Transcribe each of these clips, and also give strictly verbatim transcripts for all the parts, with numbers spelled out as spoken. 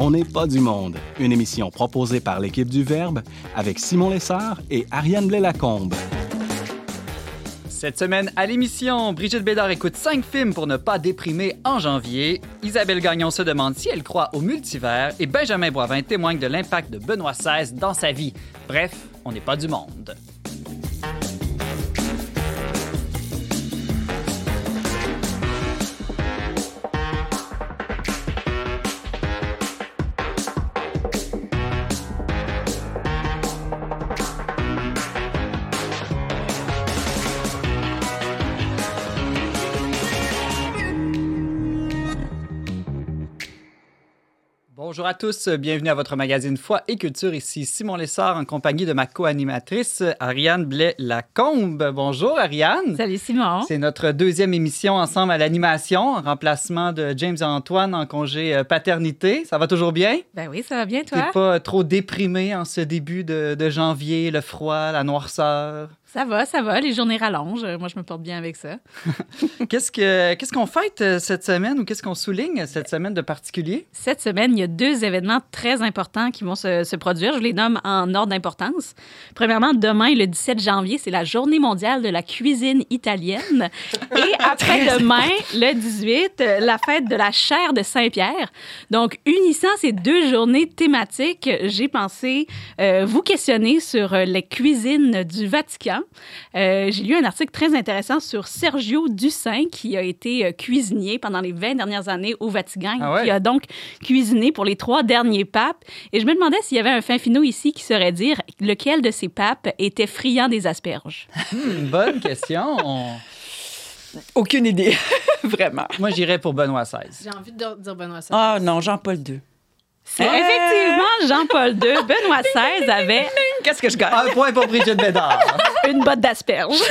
On n'est pas du monde, une émission proposée par l'équipe du Verbe avec Simon Lessard et Ariane Blais-Lacombe. Cette semaine, à l'émission, Brigitte Bédard écoute cinq films pour ne pas déprimer en janvier. Isabelle Gagnon se demande si elle croit au multivers et Benjamin Boivin témoigne de l'impact de Benoît seize dans sa vie. Bref, on n'est pas du monde. Bonjour à tous, bienvenue à votre magazine Foi et Culture. Ici Simon Lessard en compagnie de ma co-animatrice Ariane Blais-Lacombe. Bonjour Ariane. Salut Simon. C'est notre deuxième émission ensemble à l'animation, en remplacement de James et Antoine en congé paternité. Ça va toujours bien? Ben oui, ça va bien toi? T'es pas trop déprimé en ce début de, de janvier, le froid, la noirceur? Ça va, ça va. Les journées rallongent. Moi, je me porte bien avec ça. qu'est-ce, que, qu'est-ce qu'on fête cette semaine ou qu'est-ce qu'on souligne cette semaine de particulier? Cette semaine, il y a deux événements très importants qui vont se, se produire. Je les nomme en ordre d'importance. Premièrement, demain, le dix-sept janvier, c'est la Journée mondiale de la cuisine italienne. Et après-demain, le dix-huit, la fête de la chaire de Saint-Pierre. Donc, unissant ces deux journées thématiques, j'ai pensé euh, vous questionner sur les cuisines du Vatican. Euh, j'ai lu un article très intéressant sur Sergio Dussin, qui a été euh, cuisinier pendant les vingt dernières années au Vatican, ah ouais? qui a donc cuisiné pour les trois derniers papes. Et je me demandais s'il y avait un fin finot ici qui saurait dire lequel de ces papes était friand des asperges. Hmm, bonne question. Aucune idée, vraiment. Moi, j'irais pour Benoît seize. J'ai envie de dire Benoît seize. Ah non, Jean-Paul deux. C'est hey! Effectivement Jean-Paul deux. Benoît seize avait... Qu'est-ce que je gagne? Un point pour Brigitte Bédard. Une botte d'asperges.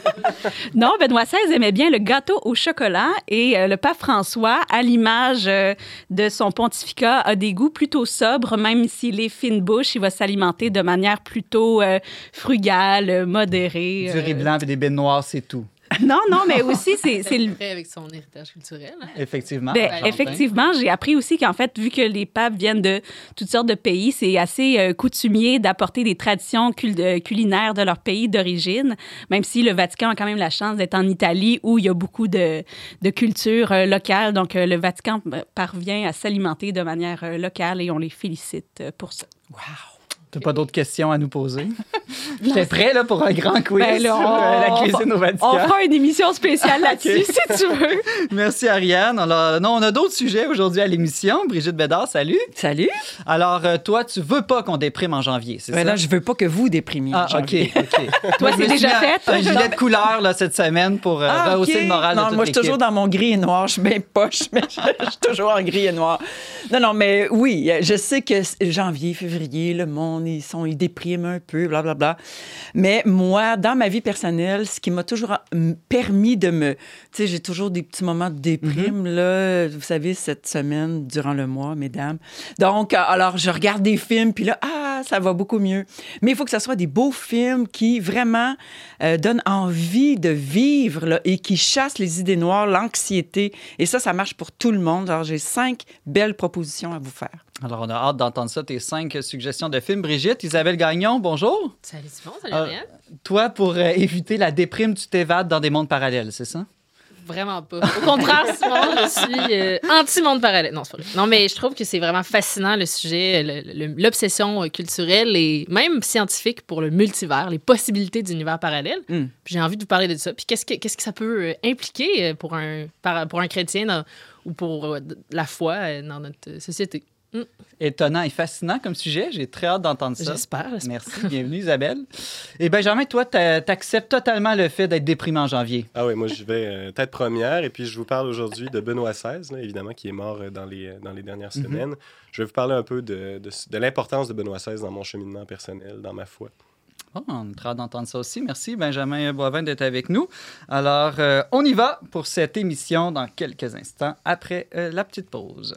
Non, Benoît seize aimait bien le gâteau au chocolat et euh, le pape François, à l'image euh, de son pontificat, a des goûts plutôt sobres, même s'il est fine bouche, il va s'alimenter de manière plutôt euh, frugale, modérée. Du riz blanc et des baies noires, c'est tout. Non, non, mais aussi, c'est... c'est le... Prêt avec son héritage culturel. Hein? Effectivement. Ben, effectivement, j'ai appris aussi qu'en fait, vu que les papes viennent de toutes sortes de pays, c'est assez euh, coutumier d'apporter des traditions cul- euh, culinaires de leur pays d'origine, même si le Vatican a quand même la chance d'être en Italie où il y a beaucoup de, de culture euh, locale. Donc, euh, le Vatican parvient à s'alimenter de manière euh, locale et on les félicite pour ça. Wow! T'as pas d'autres questions à nous poser? J'étais prêt là, pour un grand quiz ben là, on, sur euh, la cuisine au Vatican. On fera une émission spéciale là-dessus, Okay. si tu veux. Merci, Ariane. Alors, non, on a d'autres sujets aujourd'hui à l'émission. Brigitte Bédard, salut. Salut. Alors, euh, toi, tu veux pas qu'on déprime en janvier, c'est Ben ça? là, je veux pas que vous déprimiez. Ah, janvier. OK, OK. Toi, c'est déjà fait? Un gilet de couleur là, cette semaine pour euh, Ah, rehausser okay. le moral non, de toute moi, je suis l'équipe. toujours dans mon gris et noir. Je suis bien poche, mais je, je suis toujours en gris et noir. Non, non, mais oui, je sais que janvier, février, le monde, ils sont, ils dépriment un peu, blablabla. Bla, bla. Mais moi, dans ma vie personnelle, ce qui m'a toujours permis de me... Tu sais, j'ai toujours des petits moments de déprime, mm-hmm. là. Vous savez, cette semaine, durant le mois, mesdames. Donc, alors, je regarde des films, puis là, ah, ça va beaucoup mieux. Mais il faut que ce soit des beaux films qui, vraiment, euh, donnent envie de vivre, là, et qui chassent les idées noires, l'anxiété. Et ça, ça marche pour tout le monde. Alors, j'ai cinq belles propositions à vous faire. Alors, on a hâte d'entendre ça, tes cinq suggestions de films. Brigitte, Isabelle Gagnon, bonjour. Salut Simon, salut Euh, Ariane. toi, pour euh, éviter la déprime, tu t'évades dans des mondes parallèles, c'est ça? Vraiment pas. Au contraire, Simon, je suis euh, anti-monde parallèle. Non, c'est pas vrai. Non, mais je trouve que c'est vraiment fascinant, le sujet, le, le, l'obsession culturelle et même scientifique pour le multivers, les possibilités d'univers parallèles. Mm. Puis j'ai envie de vous parler de ça. Puis qu'est-ce que, qu'est-ce que ça peut impliquer pour un, pour un chrétien dans, ou pour la foi dans notre société? Mm. Étonnant et fascinant comme sujet. J'ai très hâte d'entendre ça. J'espère. j'espère. Merci. Bienvenue, Isabelle. Et Benjamin, toi, t'acceptes totalement le fait d'être déprimé en janvier. Ah oui, moi, je vais euh, tête première. Et puis, je vous parle aujourd'hui de Benoît seize, là, évidemment, qui est mort dans les, dans les dernières mm-hmm. semaines. Je vais vous parler un peu de, de, de l'importance de Benoît seize dans mon cheminement personnel, dans ma foi. Bon, on est très hâte d'entendre ça aussi. Merci, Benjamin Boivin, d'être avec nous. Alors, euh, on y va pour cette émission dans quelques instants, après euh, la petite pause.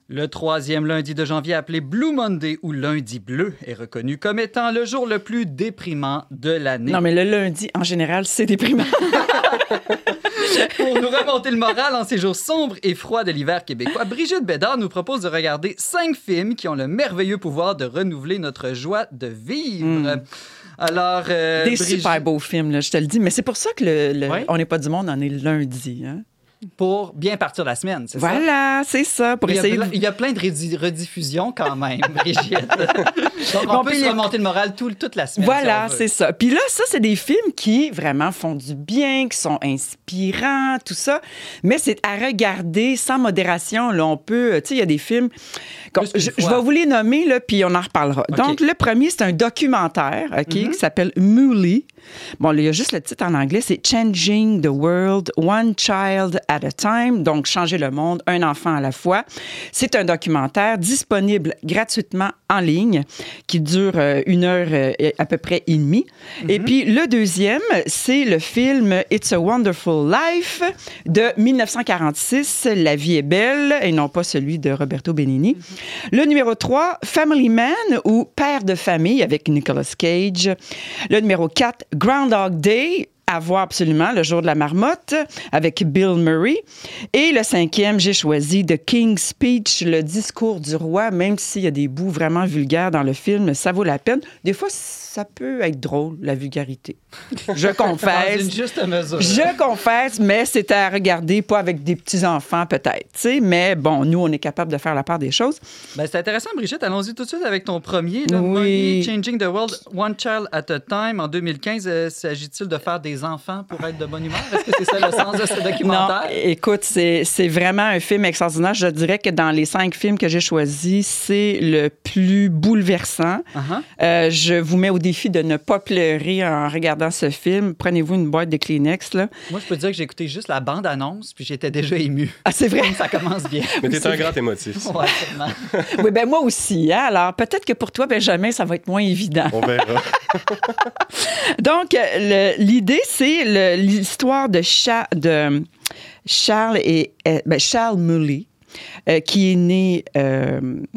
Le troisième lundi de janvier, appelé Blue Monday ou lundi bleu, est reconnu comme étant le jour le plus déprimant de l'année. Non, mais le lundi, en général, c'est déprimant. Pour nous remonter le moral en ces jours sombres et froids de l'hiver québécois, Brigitte Bédard nous propose de regarder cinq films qui ont le merveilleux pouvoir de renouveler notre joie de vivre. Mm. Alors, euh, Des Brigitte... super beaux films, là, je te le dis. Mais c'est pour ça que le, le... Ouais. On n'est pas du monde, on est lundi. Hein? Pour bien partir la semaine, c'est voilà, ça? Voilà, c'est ça. Pour il, y essayer plein, de... il y a plein de redis- rediffusions quand même, Brigitte. Donc, on bon, peut se les... remonter le moral tout, toute la semaine. Voilà, si c'est ça. Puis là, ça, c'est des films qui vraiment font du bien, qui sont inspirants, tout ça. Mais c'est à regarder sans modération. Là, on peut... Tu sais, il y a des films... Comme, je, je vais vous les nommer, là, puis on en reparlera. Okay. Donc, le premier, c'est un documentaire, OK, mm-hmm. qui s'appelle Mully. Bon, là, il y a juste le titre en anglais, c'est Changing the World, One Child at a Time. Donc, changer le monde, un enfant à la fois. C'est un documentaire disponible gratuitement en ligne qui dure euh, une heure euh, à peu près et demie. Mm-hmm. Et puis, le deuxième, c'est le film It's a Wonderful Life de dix-neuf cent quarante-six, La vie est belle, et non pas celui de Roberto Benigni. Mm-hmm. Le numéro trois, Family Man ou Père de famille avec Nicolas Cage. Le numéro quatre, Groundhog Day, à voir absolument, Le jour de la marmotte, avec Bill Murray. Et le cinquième, j'ai choisi The King's Speech, le discours du roi, même s'il y a des bouts vraiment vulgaires dans le film, ça vaut la peine. Des fois, ça peut être drôle, la vulgarité. Je confesse. Dans une juste mesure. Je confesse, mais c'est à regarder, pas avec des petits-enfants peut-être, tu sais, mais bon, nous, on est capable de faire la part des choses. Ben, c'est intéressant, Brigitte. Allons-y tout de suite avec ton premier. Oui. Là, Money, Changing the World, One Child at a Time. En deux mille quinze, euh, s'agit-il de faire des enfants pour être de bonne humeur? Est-ce que c'est ça le sens de ce documentaire? Non, écoute, c'est, c'est vraiment un film extraordinaire. Je dirais que dans les cinq films que j'ai choisis, c'est le plus bouleversant. Uh-huh. Euh, je vous mets au défi de ne pas pleurer en regardant ce film. Prenez-vous une boîte de Kleenex, là. Moi, je peux te dire que j'ai écouté juste la bande-annonce, puis j'étais déjà ému. Ah, c'est vrai? Ça commence bien. Mais t'es un grand émotif. Oui, sûrement. Oui, ben moi aussi. Hein? Alors, peut-être que pour toi, Benjamin, ça va être moins évident. On verra. Donc, le, l'idée, c'est le, l'histoire de, Cha, de Charles, et, ben, Charles Mully, euh, qui est né... Euh,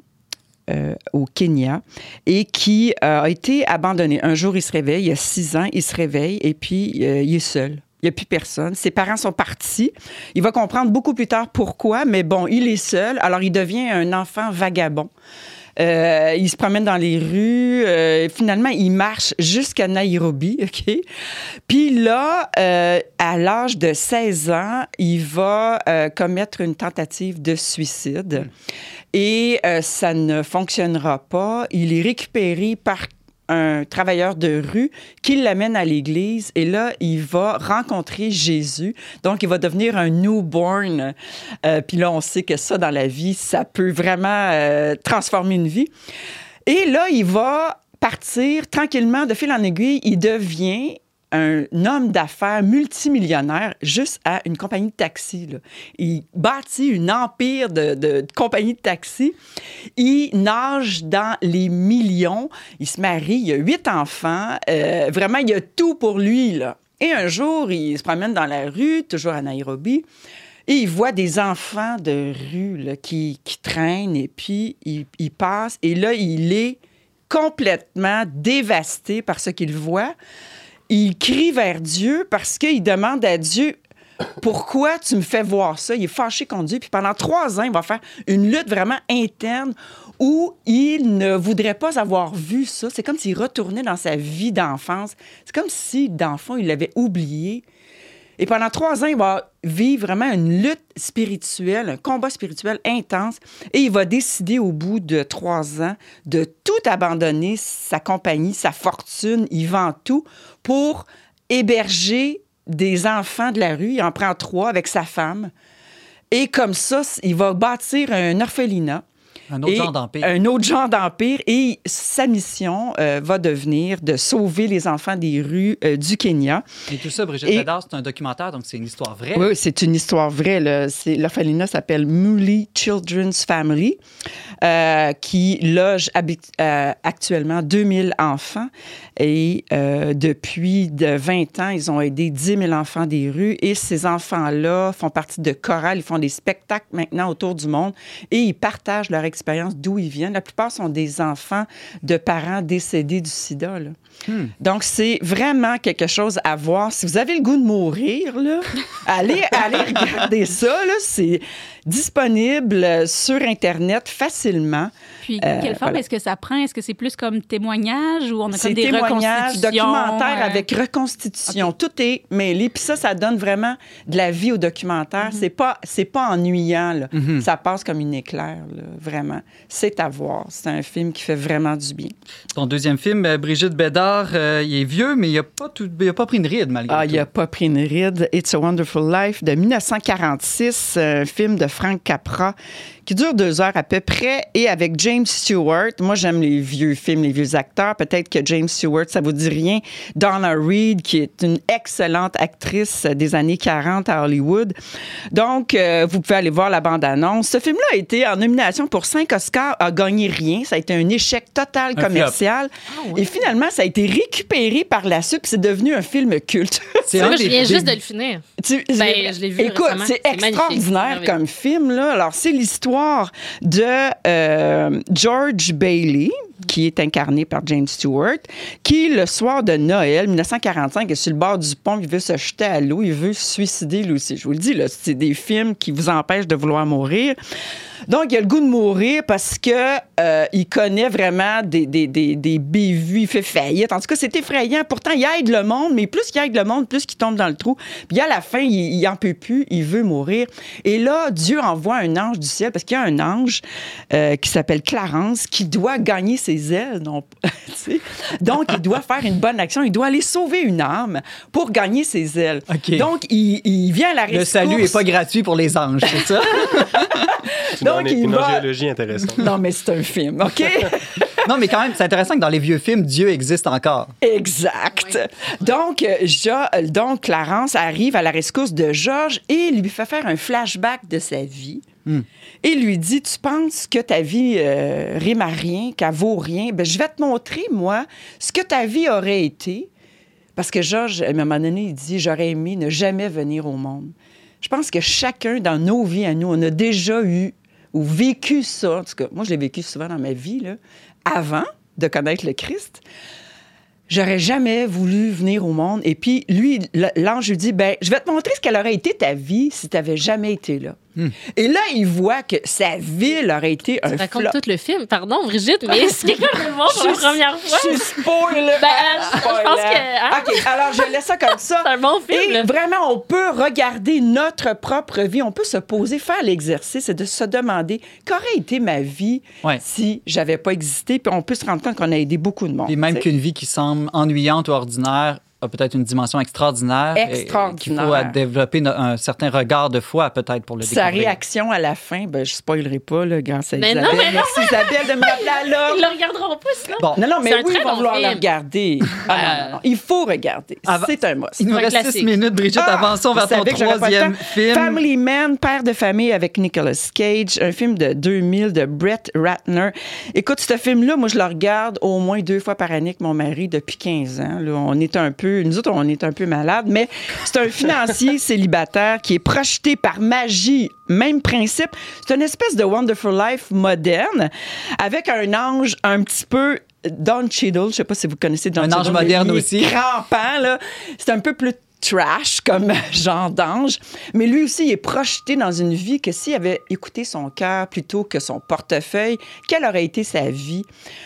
Euh, au Kenya et qui euh, a été abandonné. Un jour, il se réveille, il y a six ans, il se réveille et puis euh, il est seul. Il n'y a plus personne. Ses parents sont partis. Il va comprendre beaucoup plus tard pourquoi, mais bon, il est seul. Alors, il devient un enfant vagabond. Euh, il se promène dans les rues. Euh, finalement, il marche jusqu'à Nairobi, OK? Puis là, euh, à l'âge de seize ans, il va euh, commettre une tentative de suicide. Mm. Et euh, ça ne fonctionnera pas. Il est récupéré par un travailleur de rue qui l'amène à l'église et là, il va rencontrer Jésus. Donc, il va devenir un newborn. Euh, puis là, on sait que ça, dans la vie, ça peut vraiment euh, transformer une vie. Et là, il va partir tranquillement, de fil en aiguille. Il devient un homme d'affaires multimillionnaire juste à une compagnie de taxi. Là. Il bâtit une empire de, de, de compagnie de taxi. Il nage dans les millions. Il se marie. Il a huit enfants. Euh, vraiment, il y a tout pour lui, là. Et un jour, il se promène dans la rue, toujours à Nairobi, et il voit des enfants de rue là, qui, qui traînent, et puis il, il passe. Et là, il est complètement dévasté par ce qu'il voit. Il crie vers Dieu parce qu'il demande à Dieu « Pourquoi tu me fais voir ça? » Il est fâché contre Dieu. Puis pendant trois ans, il va faire une lutte vraiment interne où il ne voudrait pas avoir vu ça. C'est comme s'il retournait dans sa vie d'enfance. C'est comme si, d'enfant, il l'avait oublié. Et pendant trois ans, il va vivre vraiment une lutte spirituelle, un combat spirituel intense. Et il va décider au bout de trois ans de tout abandonner, sa compagnie, sa fortune. Il vend tout pour héberger des enfants de la rue. Il en prend trois avec sa femme. Et comme ça, il va bâtir un orphelinat. Un autre Et genre d'empire. Un autre genre d'empire. Et sa mission euh, va devenir de sauver les enfants des rues euh, du Kenya. Et tout ça, Brigitte Et- Bédard, c'est un documentaire, donc c'est une histoire vraie. Oui, c'est une histoire vraie. Là. C'est, l'orphelinat s'appelle Mooley Children's Family, euh, qui loge habi- euh, actuellement deux mille enfants. Et euh, depuis de vingt ans, ils ont aidé dix mille enfants des rues. Et ces enfants-là font partie de chorales. Ils font des spectacles maintenant autour du monde. Et ils partagent leur expérience d'où ils viennent. La plupart sont des enfants de parents décédés du sida. Là. Hmm. Donc, c'est vraiment quelque chose à voir. Si vous avez le goût de mourir, là, allez, allez regarder ça. Là. C'est disponible sur Internet facilement. Puis, Euh, quelle forme voilà. est-ce que ça prend? Est-ce que c'est plus comme témoignage ou on a C'est comme des témoignage, reconstitutions? documentaire euh, avec reconstitution. Tout est mêlé. Puis ça, ça donne vraiment de la vie au documentaire. C'est pas, c'est pas ennuyant. Là. Mhm. Ça passe comme une éclair, là, vraiment. C'est à voir. C'est un film qui fait vraiment du bien. Ton deuxième film, euh, Brigitte Bédard, euh, il est vieux, mais il n'a pas, tout- il a pas pris une ride, malgré Ah, tout. il n'a pas pris une ride. It's a Wonderful Life de dix-neuf cent quarante-six, un film de Frank Capra qui dure deux heures à peu près et avec James Stewart. Moi, j'aime les vieux films, les vieux acteurs. Peut-être que James Stewart, ça vous dit rien. Donna Reed, qui est une excellente actrice des années quarante à Hollywood. Donc, euh, vous pouvez aller voir la bande-annonce. Ce film-là a été en nomination pour cinq Oscars, a gagné rien. Ça a été un échec total Un commercial. Et finalement, ça a été récupéré par la suite, puis c'est devenu un film culte. C'est Moi, un je des- viens des- juste de le finir. Tu- Ben, je l'ai vu Écoute, récemment. c'est C'est magnifique. extraordinaire Merveilleux. comme film. Là. Alors, c'est l'histoire de euh, George Bailey, qui est incarné par James Stewart, qui, le soir de Noël dix-neuf cent quarante-cinq, est sur le bord du pont, il veut se jeter à l'eau, il veut se suicider lui aussi. Je vous le dis, là, c'est des films qui vous empêchent de vouloir mourir. Donc, il a le goût de mourir parce que euh, il connaît vraiment des, des, des, des bévues, il fait faillite. En tout cas, c'est effrayant. Pourtant, il aide le monde, mais plus il aide le monde, plus il tombe dans le trou. Puis à la fin, il, il en peut plus, il veut mourir. Et là, Dieu envoie un ange du ciel, parce qu'il y a un ange euh, qui s'appelle Clarence, qui doit gagner ses ailes. Non, tu sais. Donc, il doit faire une bonne action. Il doit aller sauver une âme pour gagner ses ailes. OK. Donc, il, il vient à la rescousse. Le salut n'est pas gratuit pour les anges, c'est ça? C'est une, Donc, orné- il une va- orgéologie intéressante. Non, mais c'est un film, OK? Non, mais quand même, c'est intéressant que dans les vieux films, Dieu existe encore. Exact. Donc, euh, Jo- donc, Clarence arrive à la rescousse de Georges et lui fait faire un flashback de sa vie. Hmm. Et lui dit, tu penses que ta vie euh, rime à rien, qu'elle vaut rien? Ben, je vais te montrer, moi, ce que ta vie aurait été. Parce que Georges, à un moment donné, il dit, j'aurais aimé ne jamais venir au monde. Je pense que chacun, dans nos vies à nous, on a déjà eu ou vécu ça. En tout cas, moi, je l'ai vécu souvent dans ma vie, là, avant de connaître le Christ. J'aurais jamais voulu venir au monde. Et puis, lui, l- l'ange lui dit, ben, je vais te montrer ce qu'elle aurait été ta vie si tu n'avais jamais été là. Hmm. Et là, il voit que sa ville aurait été un Tu racontes flop. tout le film. Pardon, Brigitte, mais si quelqu'un veut le voir pour la Je- première fois, Je suis spoil. Ben, je- je pense que, hein? OK, alors je laisse ça comme ça. c'est un bon film. Et là. vraiment, on peut regarder notre propre vie, on peut se poser, faire l'exercice et de se demander qu'aurait été ma vie Ouais. si j'avais pas existé. Puis on peut se rendre compte qu'on a aidé beaucoup de monde. Et même tu sais. qu'une vie qui semble ennuyante ou ordinaire a peut-être une dimension extraordinaire. et- et Extraordinaire. Qu'il faut à développer no- un certain regard de foi, peut-être, pour le Sa découvrir. réaction à la fin, ben, je spoilerai pas, là, grâce à Mais Isabelle. non, mais non. Merci Isabelle de me rappeler à l'ordre. Ils le regarderont pas, sinon. Bon, Non, non, mais C'est un oui, très ils vont bon vouloir film. le regarder. Ah, non, non, non. Il faut regarder. Avant- C'est un must. il nous un reste six classique. minutes, Brigitte. Ah, Avançons vers vous ton savez que j'aurais pas le troisième temps. film. Family Man, père de famille avec Nicolas Cage, un film de deux mille de Brett Ratner. Écoute, ce film-là, moi, je le regarde au moins deux fois par année avec mon mari depuis quinze ans. Là, on est un peu, nous autres, on est un peu malades, mais c'est un financier célibataire qui est projeté par magie. Même principe. C'est une espèce de Wonderful Life moderne avec un ange un petit peu Don Cheadle. Je sais pas si vous connaissez Don Un Cheadle. ange mais moderne il est aussi. Crampant, là. C'est un peu plus trash comme genre d'ange, mais lui aussi il est projeté dans une vie que s'il avait écouté son cœur plutôt que son portefeuille, quelle aurait été sa vie?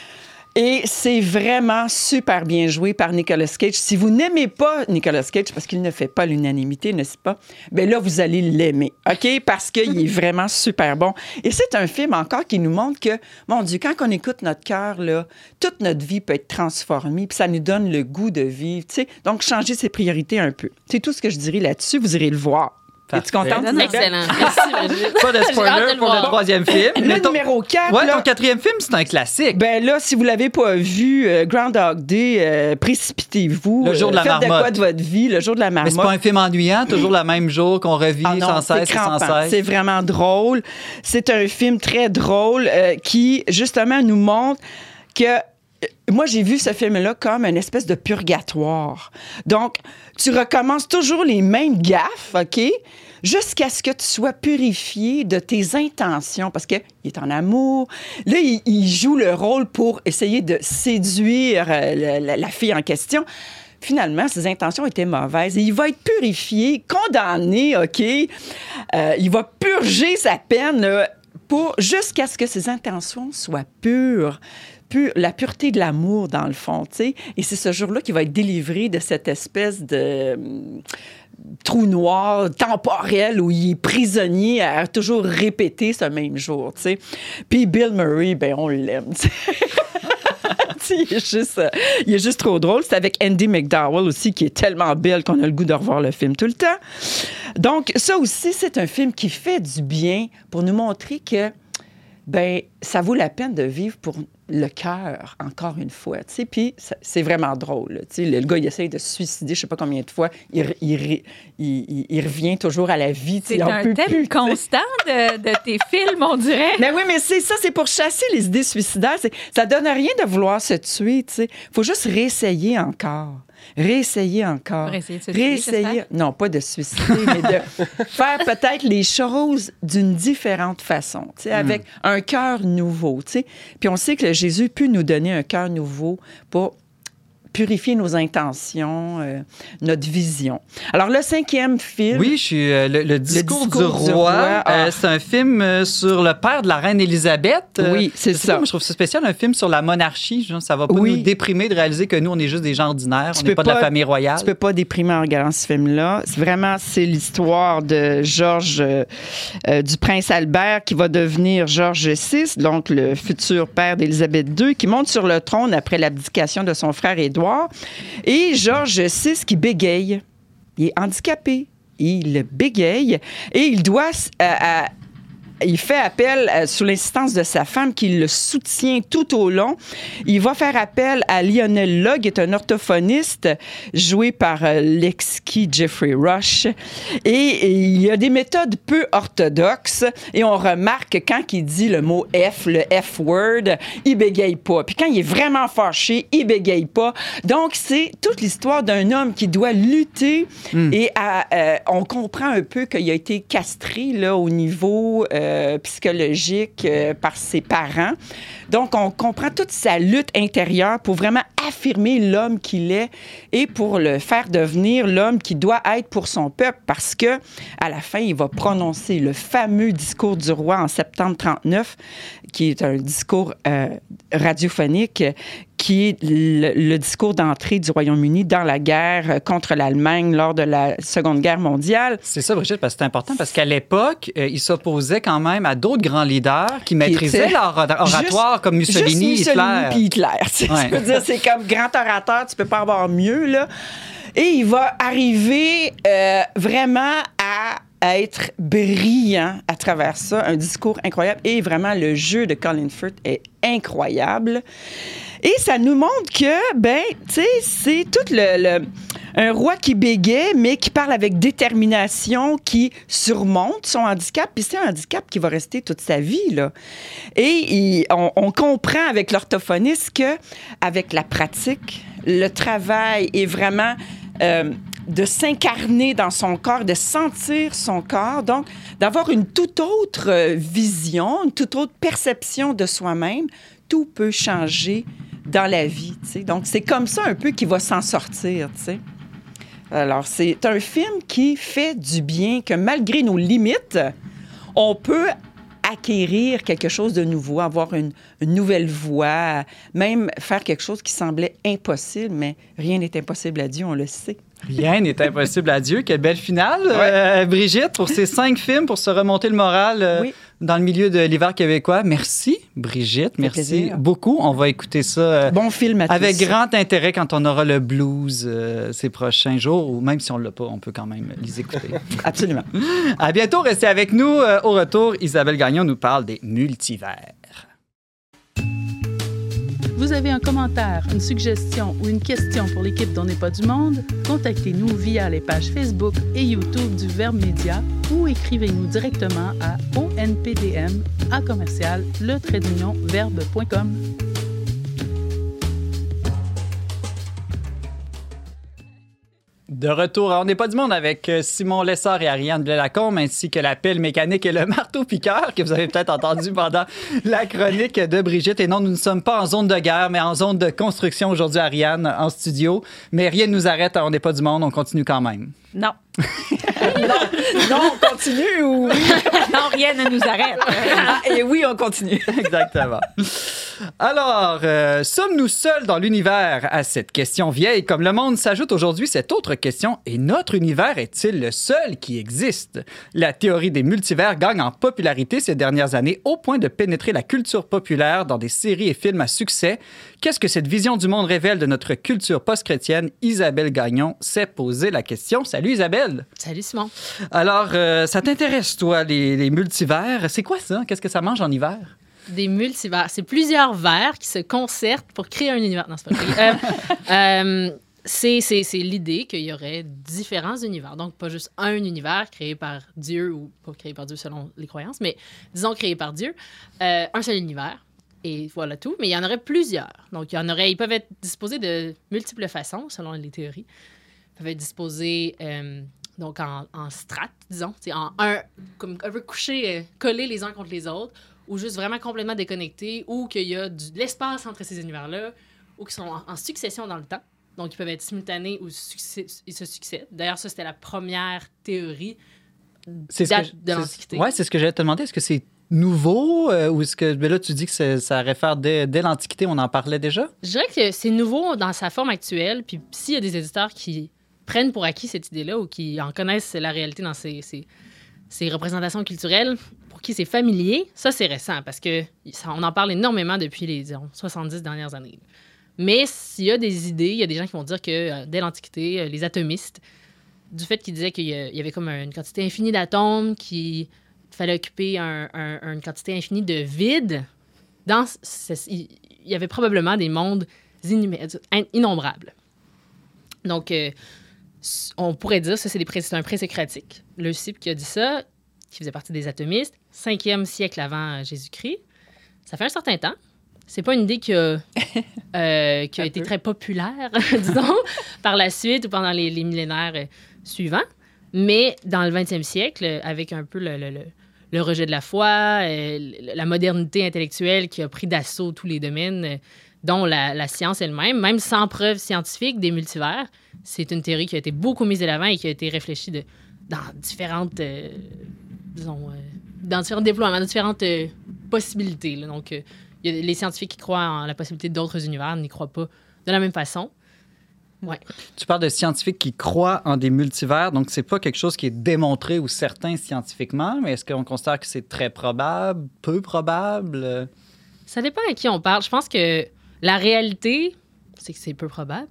Et c'est vraiment super bien joué par Nicolas Cage. Si vous n'aimez pas Nicolas Cage, parce qu'il ne fait pas l'unanimité, n'est-ce pas? Bien là, vous allez l'aimer, OK? Parce qu'il est vraiment super bon. Et c'est un film encore qui nous montre que, mon Dieu, quand on écoute notre cœur, là, toute notre vie peut être transformée, puis ça nous donne le goût de vivre, tu sais. Donc, changer ses priorités un peu. C'est tout ce que je dirais là-dessus. Vous irez le voir. Es-tu contente, Parfait. Isabelle? Excellent. Merci, Brigitte. Pas de J'ai hâte spoiler de le pour le voir. troisième film. Le Mais ton- numéro quatre, Ouais, là, ton quatrième film, c'est un classique. ben là, si vous l'avez pas vu, euh, Groundhog Day, euh, précipitez-vous. Le jour de la euh, Faites de marmotte. quoi de votre vie, le jour de la Mais marmotte. c'est pas un film ennuyant, toujours le même jour qu'on revit Ah non, sans c'est cesse et sans crampant. cesse. C'est vraiment drôle. C'est un film très drôle euh, qui, justement, nous montre que euh, moi, j'ai vu ce film-là comme une espèce de purgatoire. Donc, tu recommences toujours les mêmes gaffes, OK? Jusqu'à ce que tu sois purifié de tes intentions, parce qu'il est en amour. Là, il, il joue le rôle pour essayer de séduire euh, la, la- la fille en question. Finalement, ses intentions étaient mauvaises et il va être purifié, condamné, OK? Euh, il va purger sa peine euh, pour, jusqu'à ce que ses intentions soient pures. Pure, la pureté de l'amour, dans le fond, tu sais. Et c'est ce jour-là qu'il va être délivré de cette espèce de hum, trou noir temporel où il est prisonnier à toujours répéter ce même jour, tu sais. Puis Bill Murray, ben on l'aime, tu sais. Il est, juste, euh, il est juste trop drôle. C'est avec Andy McDowell aussi, qui est tellement belle qu'on a le goût de revoir le film tout le temps. Donc, ça aussi, c'est un film qui fait du bien pour nous montrer que ben ça vaut la peine de vivre pour le cœur, encore une fois. Tu sais, puis ça- c'est vraiment drôle. là. Tu sais, le, le gars, il essaye de se suicider, je sais pas combien de fois. Il, re- il, re- il, il- il revient toujours à la vie. tu sais, C'est il en un peut thème plus, tu sais. constant de, de tes films, on dirait. Mais oui, mais c'est ça, c'est pour chasser les idées suicidaires. C'est- Ça donne rien de vouloir se tuer, tu sais. Faut juste réessayer encore. Réessayer encore. Réessayer de se tuer, Réessayer. j'espère. Non, pas de se suicider, mais de faire peut-être les choses d'une différente façon, tu sais, avec un cœur nouveau, tu sais. Puis on sait que Jésus peut nous donner un cœur nouveau pour purifier nos intentions, euh, notre vision. Alors, le cinquième film... Oui, je suis euh, le, le discours, discours du du roi. roi, ah. euh, c'est un film euh, sur le père de la reine Élisabeth. Euh, Oui, c'est je sais ça. pas, moi, je trouve ça spécial, un film sur la monarchie. Genre, ça va pas Oui. nous déprimer de réaliser que nous, on est juste des gens ordinaires, Tu on n'est peux pas de la pas- famille royale. Tu peux pas déprimer en regardant ce film-là. C'est vraiment, c'est l'histoire de Georges, euh, euh, du prince Albert, qui va devenir Georges six, donc le futur père d'Élisabeth deux, qui monte sur le trône après l'abdication de son frère Édouard. Et Georges six qui bégaye. Il est handicapé. Il bégaye et il doit... euh, à- il fait appel, euh, sous l'insistance de sa femme, qui le soutient tout au long. Il va faire appel à Lionel Logg, qui est un orthophoniste joué par euh, l'exquis Jeffrey Rush. Et, et il y a des méthodes peu orthodoxes. Et on remarque que quand il dit le mot F, le F-word, il bégaye pas. Puis quand il est vraiment fâché, il bégaye pas. Donc, c'est toute l'histoire d'un homme qui doit lutter. Et à, euh, on comprend un peu qu'il a été castré là, au niveau... euh, psychologique euh, par ses parents. Donc, on comprend toute sa lutte intérieure pour vraiment affirmer l'homme qu'il est et pour le faire devenir l'homme qui doit être pour son peuple parce que à la fin, il va prononcer le fameux discours du roi en septembre trente-neuf, qui est un discours euh, radiophonique qui est le, le discours d'entrée du Royaume-Uni dans la guerre contre l'Allemagne lors de la Seconde Guerre mondiale. C'est ça, Brigitte, parce que c'est important, parce qu'à l'époque, euh, il s'opposait quand même à d'autres grands leaders qui maîtrisaient étaient leur ora- oratoire, juste- comme Mussolini, juste Hitler. Mussolini puis Hitler. Tu sais, Ouais. Je peux dire, c'est comme grand orateur, tu peux pas avoir mieux, là. Et il va arriver euh, vraiment à à être brillant à travers ça, un discours incroyable. Et vraiment, le jeu de Colin Firth est incroyable. Et ça nous montre que, ben, tu sais, c'est tout le, le- un roi qui bégaie, mais qui parle avec détermination, qui surmonte son handicap. Puis c'est un handicap qui va rester toute sa vie, là. Et il- on, on comprend avec l'orthophoniste que, avec la pratique, le travail est vraiment... euh, de s'incarner dans son corps, de sentir son corps, donc d'avoir une toute autre euh, vision, une toute autre perception de soi-même, tout peut changer dans la vie, tu sais. Donc, c'est comme ça un peu qu'il va s'en sortir, tu sais. Alors, c'est un film qui fait du bien, que malgré nos limites, on peut acquérir quelque chose de nouveau, avoir une, une nouvelle voie, même faire quelque chose qui semblait impossible, mais rien n'est impossible à Dieu, on le sait. Rien n'est impossible à Dieu. Quelle belle finale, euh, Brigitte, pour ces cinq films, pour se remonter le moral euh, Oui. dans le milieu de l'hiver québécois. Merci, Brigitte. Merci plaisir. beaucoup. On va écouter ça euh, Bon film à tous. avec grand intérêt quand on aura le blues euh, ces prochains jours, ou même si on ne l'a pas, on peut quand même les écouter. Absolument. À bientôt. Restez avec nous. Euh, au retour, Isabelle Gagnon nous parle des multivers. Vous avez un commentaire, une suggestion ou une question pour l'équipe d'On n'est pas du monde? Contactez-nous via les pages Facebook et YouTube du Verbe Média ou écrivez-nous directement à onpdm à commercial le trait d'union verbe point com. De retour à On n'est pas du monde avec Simon Lessard et Ariane Blais-Lacombe, ainsi que la pelle mécanique et le marteau-piqueur que vous avez peut-être entendu pendant la chronique de Brigitte. Et non, nous ne sommes pas en zone de guerre, mais en zone de construction aujourd'hui, Ariane, en studio. Mais rien ne nous arrête à On n'est pas du monde, on continue quand même. Non. non, non, on continue ou oui? Non, rien ne nous arrête. Ah, et oui, on continue. Exactement. Alors, euh, sommes-nous seuls dans l'univers? À cette question vieille comme le monde s'ajoute aujourd'hui cette autre question. Et notre univers est-il le seul qui existe? La théorie des multivers gagne en popularité ces dernières années au point de pénétrer la culture populaire dans des séries et films à succès. Qu'est-ce que cette vision du monde révèle de notre culture post-chrétienne? Isabelle Gagnon s'est posé la question. Salut Isabelle! Salut Simon. Alors, euh, ça t'intéresse, toi, les, les multivers? C'est quoi ça? Qu'est-ce que ça mange en hiver? Des multivers. C'est plusieurs vers qui se concertent pour créer un univers. Non, c'est pas vrai. Euh, euh, c'est, c'est, c'est l'idée qu'il y aurait différents univers. Donc, pas juste un univers créé par Dieu ou pas créé par Dieu selon les croyances, mais disons créé par Dieu. Euh, un seul univers. Et voilà tout. Mais il y en aurait plusieurs. Donc, il y en aurait, ils peuvent être disposés de multiples façons, selon les théories. Ils peuvent être disposés euh, donc en, en strates, disons. En un, comme un peu couchés, euh, collés les uns contre les autres, ou juste vraiment complètement déconnectés, ou qu'il y a du, de l'espace entre ces univers-là, ou qui sont en, en succession dans le temps. Donc, ils peuvent être simultanés ou succès, ils se succèdent. D'ailleurs, ça, c'était la première théorie c'est ce date que, de l'Antiquité. Oui, c'est ce que j'allais te demander. Est-ce que c'est nouveau euh, ou est-ce que ben là, tu dis que c'est, ça réfère dès, dès l'Antiquité, on en parlait déjà? Je dirais que c'est nouveau dans sa forme actuelle. Puis s'il y a des éditeurs qui prennent pour acquis cette idée-là ou qui en connaissent la réalité dans ces, ces, ces représentations culturelles, pour qui c'est familier, ça, c'est récent parce que ça, on en parle énormément depuis les disons, soixante-dix dernières années. Mais s'il y a des idées, il y a des gens qui vont dire que euh, dès l'Antiquité, euh, les atomistes, du fait qu'ils disaient qu'il y, a, il y avait comme une quantité infinie d'atomes, qu'il fallait occuper un, un, une quantité infinie de vide, dans, il y avait probablement des mondes innumé- innombrables. Donc, euh, on pourrait dire, ça, c'est, des pré- c'est un pré-socratique, Leucippe qui a dit ça, qui faisait partie des atomistes, cinquième siècle avant Jésus-Christ. Ça fait un certain temps. C'est pas une idée qui a, euh, qui a été peu. très populaire, disons, par la suite ou pendant les, les millénaires euh, suivants. Mais dans le vingtième siècle, avec un peu le, le, le, le rejet de la foi, euh, la modernité intellectuelle qui a pris d'assaut tous les domaines, euh, dont la, la science elle-même, même sans preuve scientifique des multivers, c'est une théorie qui a été beaucoup mise de l'avant et qui a été réfléchie de, dans différentes, euh, disons, euh, dans différents déploiements, dans différentes euh, possibilités. Là. Donc, euh, il y a les scientifiques qui croient en la possibilité d'autres univers n'y croient pas de la même façon. Ouais. Tu parles de scientifiques qui croient en des multivers, donc c'est pas quelque chose qui est démontré ou certain scientifiquement, mais est-ce qu'on considère que c'est très probable, peu probable? Ça dépend à qui on parle. Je pense que la réalité, c'est que c'est peu probable.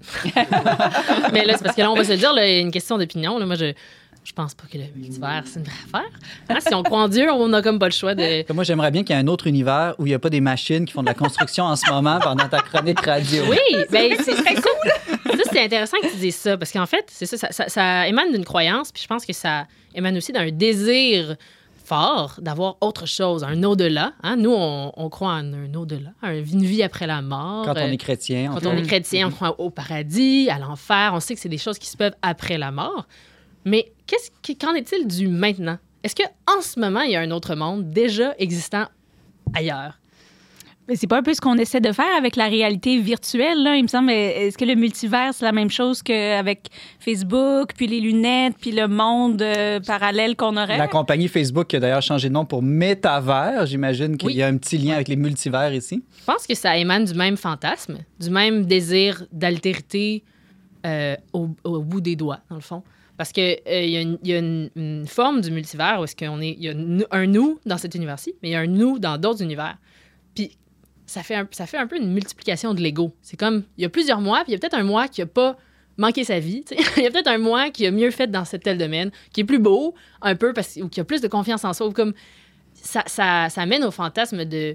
Mais là, c'est parce que là, on va se le dire, là, il y a une question d'opinion. Là, moi, je... Je pense pas que le multivers, c'est une vraie affaire. Hein, si on croit en Dieu, on n'a comme pas le choix de... Moi, j'aimerais bien qu'il y ait un autre univers où il n'y a pas des machines qui font de la construction en ce moment pendant ta chronique radio. Oui, bien, c'est très cool. Ça, c'est intéressant que tu dises ça, parce qu'en fait, c'est ça, ça, ça, ça émane d'une croyance, puis je pense que ça émane aussi d'un désir fort d'avoir autre chose, un au-delà. Hein? Nous, on, on croit en un au-delà, une vie après la mort. Quand on est chrétien. Quand on est chrétien, on croit au paradis, à l'enfer. On sait que c'est des choses qui se peuvent après la mort. Mais qu'est-ce qui, qu'en est-il du maintenant? Est-ce qu'en ce moment, il y a un autre monde déjà existant ailleurs? Mais c'est pas un peu ce qu'on essaie de faire avec la réalité virtuelle, là, il me semble. Est-ce que le multivers, c'est la même chose qu'avec Facebook, puis les lunettes, puis le monde euh, parallèle qu'on aurait? La compagnie Facebook qui a d'ailleurs changé de nom pour Métavers. J'imagine qu'il oui. y a un petit lien avec les multivers ici. Je pense que ça émane du même fantasme, du même désir d'altérité euh, au, au bout des doigts, dans le fond. Parce qu'il euh, y a, une, y a une, une forme du multivers où est-ce qu'on est, il y a n- un nous dans cet univers-ci, mais il y a un nous dans d'autres univers. Puis ça fait, un, ça fait un peu une multiplication de l'ego. C'est comme, il y a plusieurs moi, puis il y a peut-être un moi qui n'a pas manqué sa vie. Il y a peut-être un moi qui a mieux fait dans tel domaine, qui est plus beau, un peu, parce, ou qui a plus de confiance en soi. Ou comme, ça, ça, ça mène au fantasme de,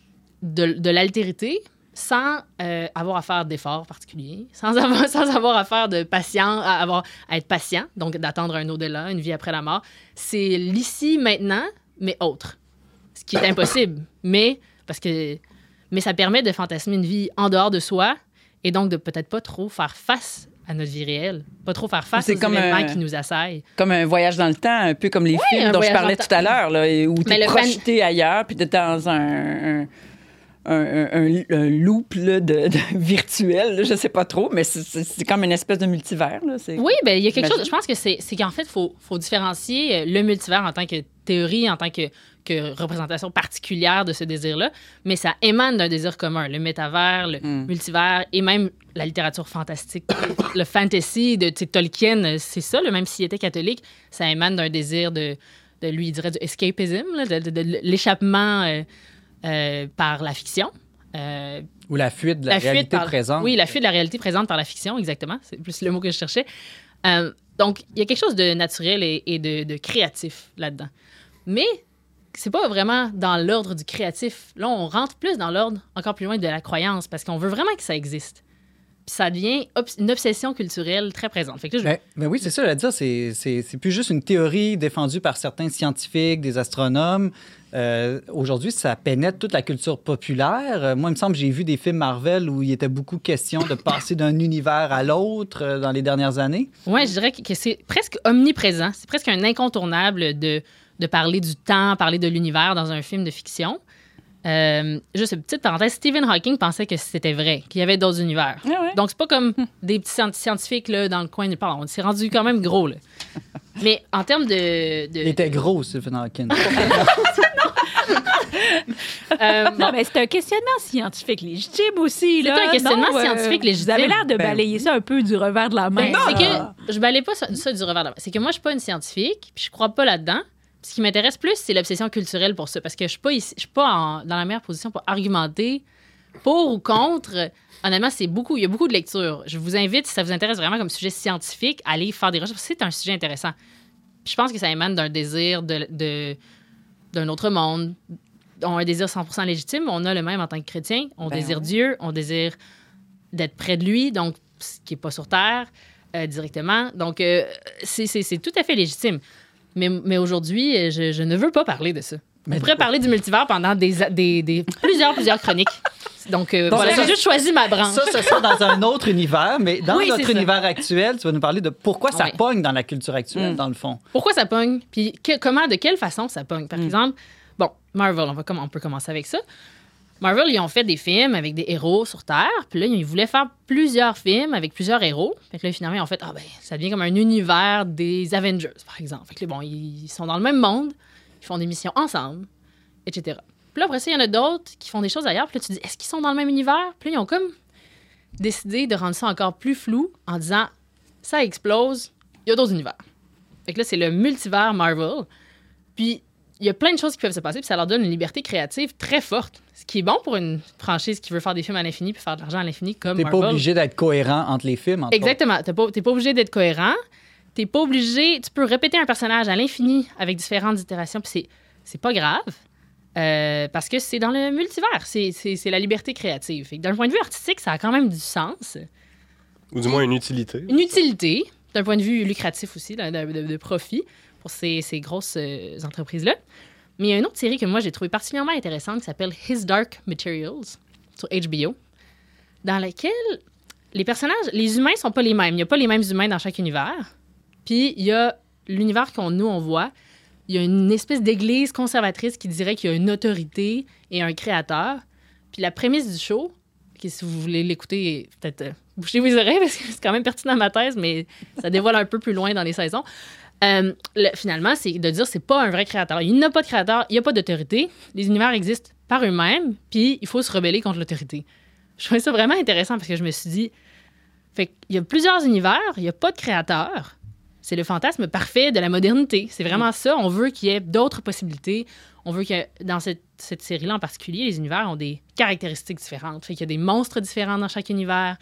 de, de l'altérité, sans euh, avoir à faire d'efforts particuliers, sans avoir, sans avoir à faire de patient, à, avoir, à être patient, donc d'attendre un au-delà, une vie après la mort. C'est l'ici, maintenant, mais autre. Ce qui est impossible. Mais, parce que, mais ça permet de fantasmer une vie en dehors de soi et donc de peut-être pas trop faire face à notre vie réelle. Pas trop faire face C'est aux comme événements un- qui nous assaillent. Comme un voyage dans le temps, un peu comme les un films dont je voyage parlais dans le tout à l'heure, là, et où tu Mais es le fan- projeté ailleurs, puis tu es dans un, un, un, un- un loop là, de, de virtuel, là, je sais pas trop, mais c'est- c'est c'est comme une espèce de multivers. Là, c'est- Oui, ben il y a quelque J'imagine. chose. Je pense que c'est c'est qu'en fait, il faut, faut différencier euh, le multivers en tant que théorie, en tant que, que représentation particulière de ce désir-là, mais ça émane d'un désir commun. Le métavers, le Mm. multivers et même la littérature fantastique, le fantasy de tu sais, Tolkien, euh, c'est ça, là, même s'il était catholique, ça émane d'un désir de, de lui, il dirait, du escapism, là, de, de- de l'échappement euh, euh, par la fiction. Euh, Ou la fuite de la, la fuite réalité par- présente. Oui, la fuite de la réalité présente par la fiction, exactement. C'est plus le mot que je cherchais. Euh, donc, il y a quelque chose de naturel et, et de, de créatif là-dedans. Mais c'est pas vraiment dans l'ordre du créatif. Là, on rentre plus dans l'ordre encore plus loin de la croyance parce qu'on veut vraiment que ça existe. Puis ça devient obs- une obsession culturelle très présente. Fait que là, je- Ben, ben oui, c'est ça, je veux dire, c'est, c'est, c'est plus juste une théorie défendue par certains scientifiques, des astronomes. Euh, aujourd'hui, ça pénètre toute la culture populaire. Euh, moi, il me semble que j'ai vu des films Marvel où il était beaucoup question de passer d'un univers à l'autre euh, dans les dernières années. Ouais, je dirais que que c'est presque omniprésent. C'est presque un incontournable de, de parler du temps, parler de l'univers dans un film de fiction. Euh, juste une petite parenthèse, Stephen Hawking pensait que c'était vrai, qu'il y avait d'autres univers. Ah ouais? Donc, c'est pas comme des petits scien- scientifiques là, dans le coin de part. On s'est rendu quand même gros. Là. Mais en termes de... de- Il était gros, Stephen Hawking. euh, Non, mais c'est un questionnement scientifique légitime aussi. C'est là. un questionnement Non, euh, scientifique légitime. Vous avez l'air de Ben balayer ça un peu du revers de la main. Ben, c'est que je balaye pas ça, ça du revers de la main. C'est que moi, je suis pas une scientifique, puis je crois pas là-dedans. Ce qui m'intéresse plus, c'est l'obsession culturelle pour ça, parce que je suis pas ici, je suis pas en- dans la meilleure position pour argumenter pour ou contre. Honnêtement, c'est beaucoup, il y a beaucoup de lectures. Je vous invite, si ça vous intéresse vraiment comme sujet scientifique, à aller faire des recherches. C'est un sujet intéressant. Puis je pense que ça émane d'un désir de, de- d'un autre monde, on a un désir cent pour cent légitime. On a le même en tant que chrétien. On Ben désire oui. Dieu, on désire d'être près de lui, donc ce qui n'est pas sur Terre euh, directement. Donc, euh, c'est, c'est, c'est tout à fait légitime. Mais, mais aujourd'hui, je, je ne veux pas parler de ça. Mais On pourrait parler du multivers pendant des, des, des- plusieurs, plusieurs chroniques. Donc, euh, Donc, voilà, ça- j'ai juste choisi ma branche. Ça, ce sera dans un autre univers, mais dans Oui, notre c'est ça. univers actuel, tu vas nous parler de pourquoi ça Ouais. pogne dans la culture actuelle, Mm. dans le fond. Pourquoi ça pogne? Puis que- comment, de quelle façon ça pogne? Par exemple, bon, Marvel, on, va, comm- on peut commencer avec ça. Marvel, ils ont fait des films avec des héros sur Terre. Puis là, ils voulaient faire plusieurs films avec plusieurs héros. Fait que là, finalement, ils ont fait, ah ben, ça devient comme un univers des Avengers, par exemple. Fait que là, bon, ils sont dans le même monde, ils font des missions ensemble, et cetera. Puis là, après ça, il y en a d'autres qui font des choses ailleurs. Puis là, tu dis, est-ce qu'ils sont dans le même univers? Puis là, ils ont comme décidé de rendre ça encore plus flou en disant, ça explose, il y a d'autres univers. Fait que là, c'est le multivers Marvel. Puis, il y a plein de choses qui peuvent se passer, puis ça leur donne une liberté créative très forte. Ce qui est bon pour une franchise qui veut faire des films à l'infini puis faire de l'argent à l'infini comme T'es Marvel. pas obligé d'être cohérent entre les films. entre autres. Exactement. T'es pas, t'es pas obligé d'être cohérent. T'es pas obligé... Tu peux répéter un personnage à l'infini avec différentes itérations, puis c'est, c'est pas grave. Euh, parce que c'est dans le multivers. C'est, c'est, c'est la liberté créative. Fait que d'un point de vue artistique, ça a quand même du sens. Ou du moins une utilité. Une utilité, d'un point de vue lucratif aussi, de, de- de profit pour ces, ces grosses euh, entreprises-là. Mais il y a une autre série que moi, j'ai trouvée particulièrement intéressante qui s'appelle His Dark Materials sur H B O, dans laquelle les personnages, les humains sont pas les mêmes. Il n'y a pas les mêmes humains dans chaque univers. Puis il y a l'univers qu'on nous, on voit. Il y a une espèce d'église conservatrice qui dirait qu'il y a une autorité et un créateur. Puis la prémisse du show, qui, si vous voulez l'écouter, peut-être euh, bouchez vos oreilles parce que c'est quand même pertinent à ma thèse, mais ça dévoile un peu plus loin dans les saisons. Euh, le- finalement, c'est de dire c'est pas un vrai créateur. Il n'y a pas de créateur, il n'y a pas d'autorité. Les univers existent par eux-mêmes, puis il faut se rebeller contre l'autorité. Je trouvais ça vraiment intéressant parce que je me suis dit, fait qu'il y a plusieurs univers, il n'y a pas de créateur. c'est le fantasme parfait de la modernité. C'est vraiment ça. On veut qu'il y ait d'autres possibilités. On veut que dans cette, cette série-là en particulier, les univers ont des caractéristiques différentes. Fait qu'il y a des monstres différents dans chaque univers,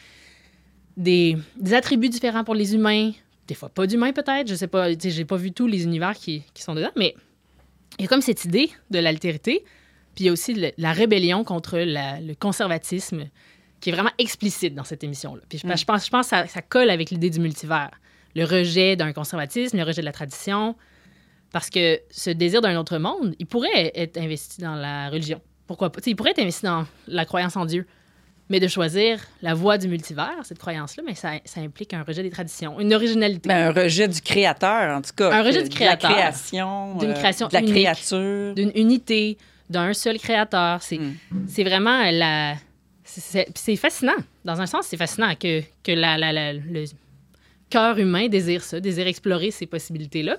des, des attributs différents pour les humains, des fois pas d'humains peut-être. Je sais pas, tu sais, j'ai pas vu tous les univers qui, qui sont dedans, mais il y a comme cette idée de l'altérité, puis il y a aussi le, la rébellion contre la, le conservatisme qui est vraiment explicite dans cette émission-là. Puis je, mm. je pense, je pense que ça, ça colle avec l'idée du multivers. Le rejet d'un conservatisme, le rejet de la tradition, parce que ce désir d'un autre monde, il pourrait être investi dans la religion. Pourquoi pas? T'sais, il pourrait être investi dans la croyance en Dieu. Mais de choisir la voie du multivers, cette croyance-là, mais ça, ça implique un rejet des traditions, une originalité. Ben, un rejet du créateur, en tout cas. Un rejet du créateur. De la création. D'une création euh, de la unique, créature. D'une unité, d'un seul créateur. C'est, Mm. c'est vraiment la... C'est, c'est, c'est fascinant. Dans un sens, c'est fascinant que, que la, la, la, le cœur humain désire ça, désire explorer ces possibilités-là.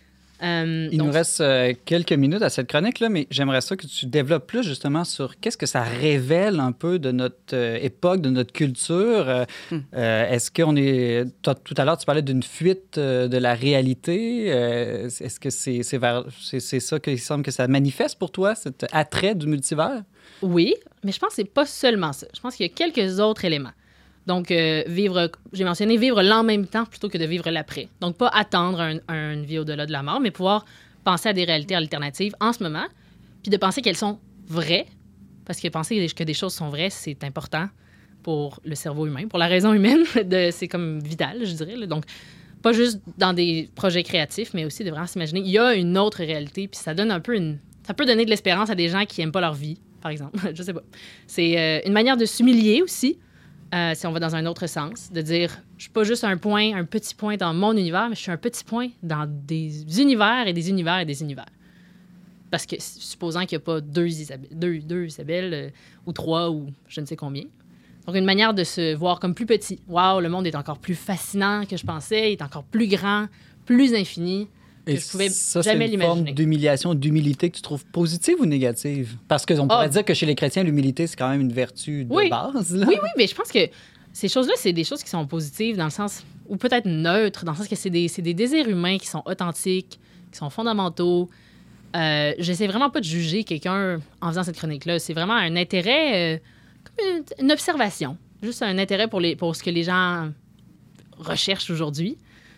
Euh, Il donc, nous reste euh, quelques minutes à cette chronique-là, mais j'aimerais ça que tu développes plus justement sur qu'est-ce que ça révèle un peu de notre euh, époque, de notre culture. Euh, Hmm. euh, est-ce qu'on est... Toi, tout à l'heure, tu parlais d'une fuite euh, de la réalité. Euh, est-ce que c'est, c'est, vers... c'est, c'est ça qu'il semble que ça manifeste pour toi, cet attrait du multivers? Oui, mais je pense que c'est pas seulement ça. Je pense qu'il y a quelques autres éléments. Donc, euh, vivre, j'ai mentionné vivre l'en même temps plutôt que de vivre l'après. Donc, pas attendre un, un, une vie au-delà de la mort, mais pouvoir penser à des réalités alternatives en ce moment, puis de penser qu'elles sont vraies, parce que penser que des choses sont vraies, c'est important pour le cerveau humain, pour la raison humaine, de, c'est comme vital, je dirais. Là. Donc, pas juste dans des projets créatifs, mais aussi de vraiment s'imaginer il y a une autre réalité, puis ça donne un peu une... Ça peut donner de l'espérance à des gens qui n'aiment pas leur vie, par exemple. Je sais pas. C'est euh, une manière de s'humilier aussi, euh, si on va dans un autre sens, de dire je suis pas juste un point, un petit point dans mon univers, mais je suis un petit point dans des univers et des univers et des univers. Parce que supposant qu'il n'y a pas deux Isabelle, deux, deux Isabelle euh, ou trois ou je ne sais combien. Donc, une manière de se voir comme plus petit. Waouh, le monde est encore plus fascinant que je pensais, il est encore plus grand, plus infini. Et Que je pouvais ça, jamais c'est une forme l'imaginer. d'humiliation, d'humilité que tu trouves positive ou négative? Parce qu'on pourrait Ah. dire que chez les chrétiens, l'humilité, c'est quand même une vertu de Oui. base. Là. Oui, oui, mais je pense que ces choses-là, c'est des choses qui sont positives dans le sens, ou peut-être neutres, dans le sens que c'est des, c'est des désirs humains qui sont authentiques, qui sont fondamentaux. Euh, j'essaie vraiment pas de juger quelqu'un en faisant cette chronique-là. C'est vraiment un intérêt, euh, comme une, une observation. Juste un intérêt pour, les, pour ce que les gens recherchent aujourd'hui.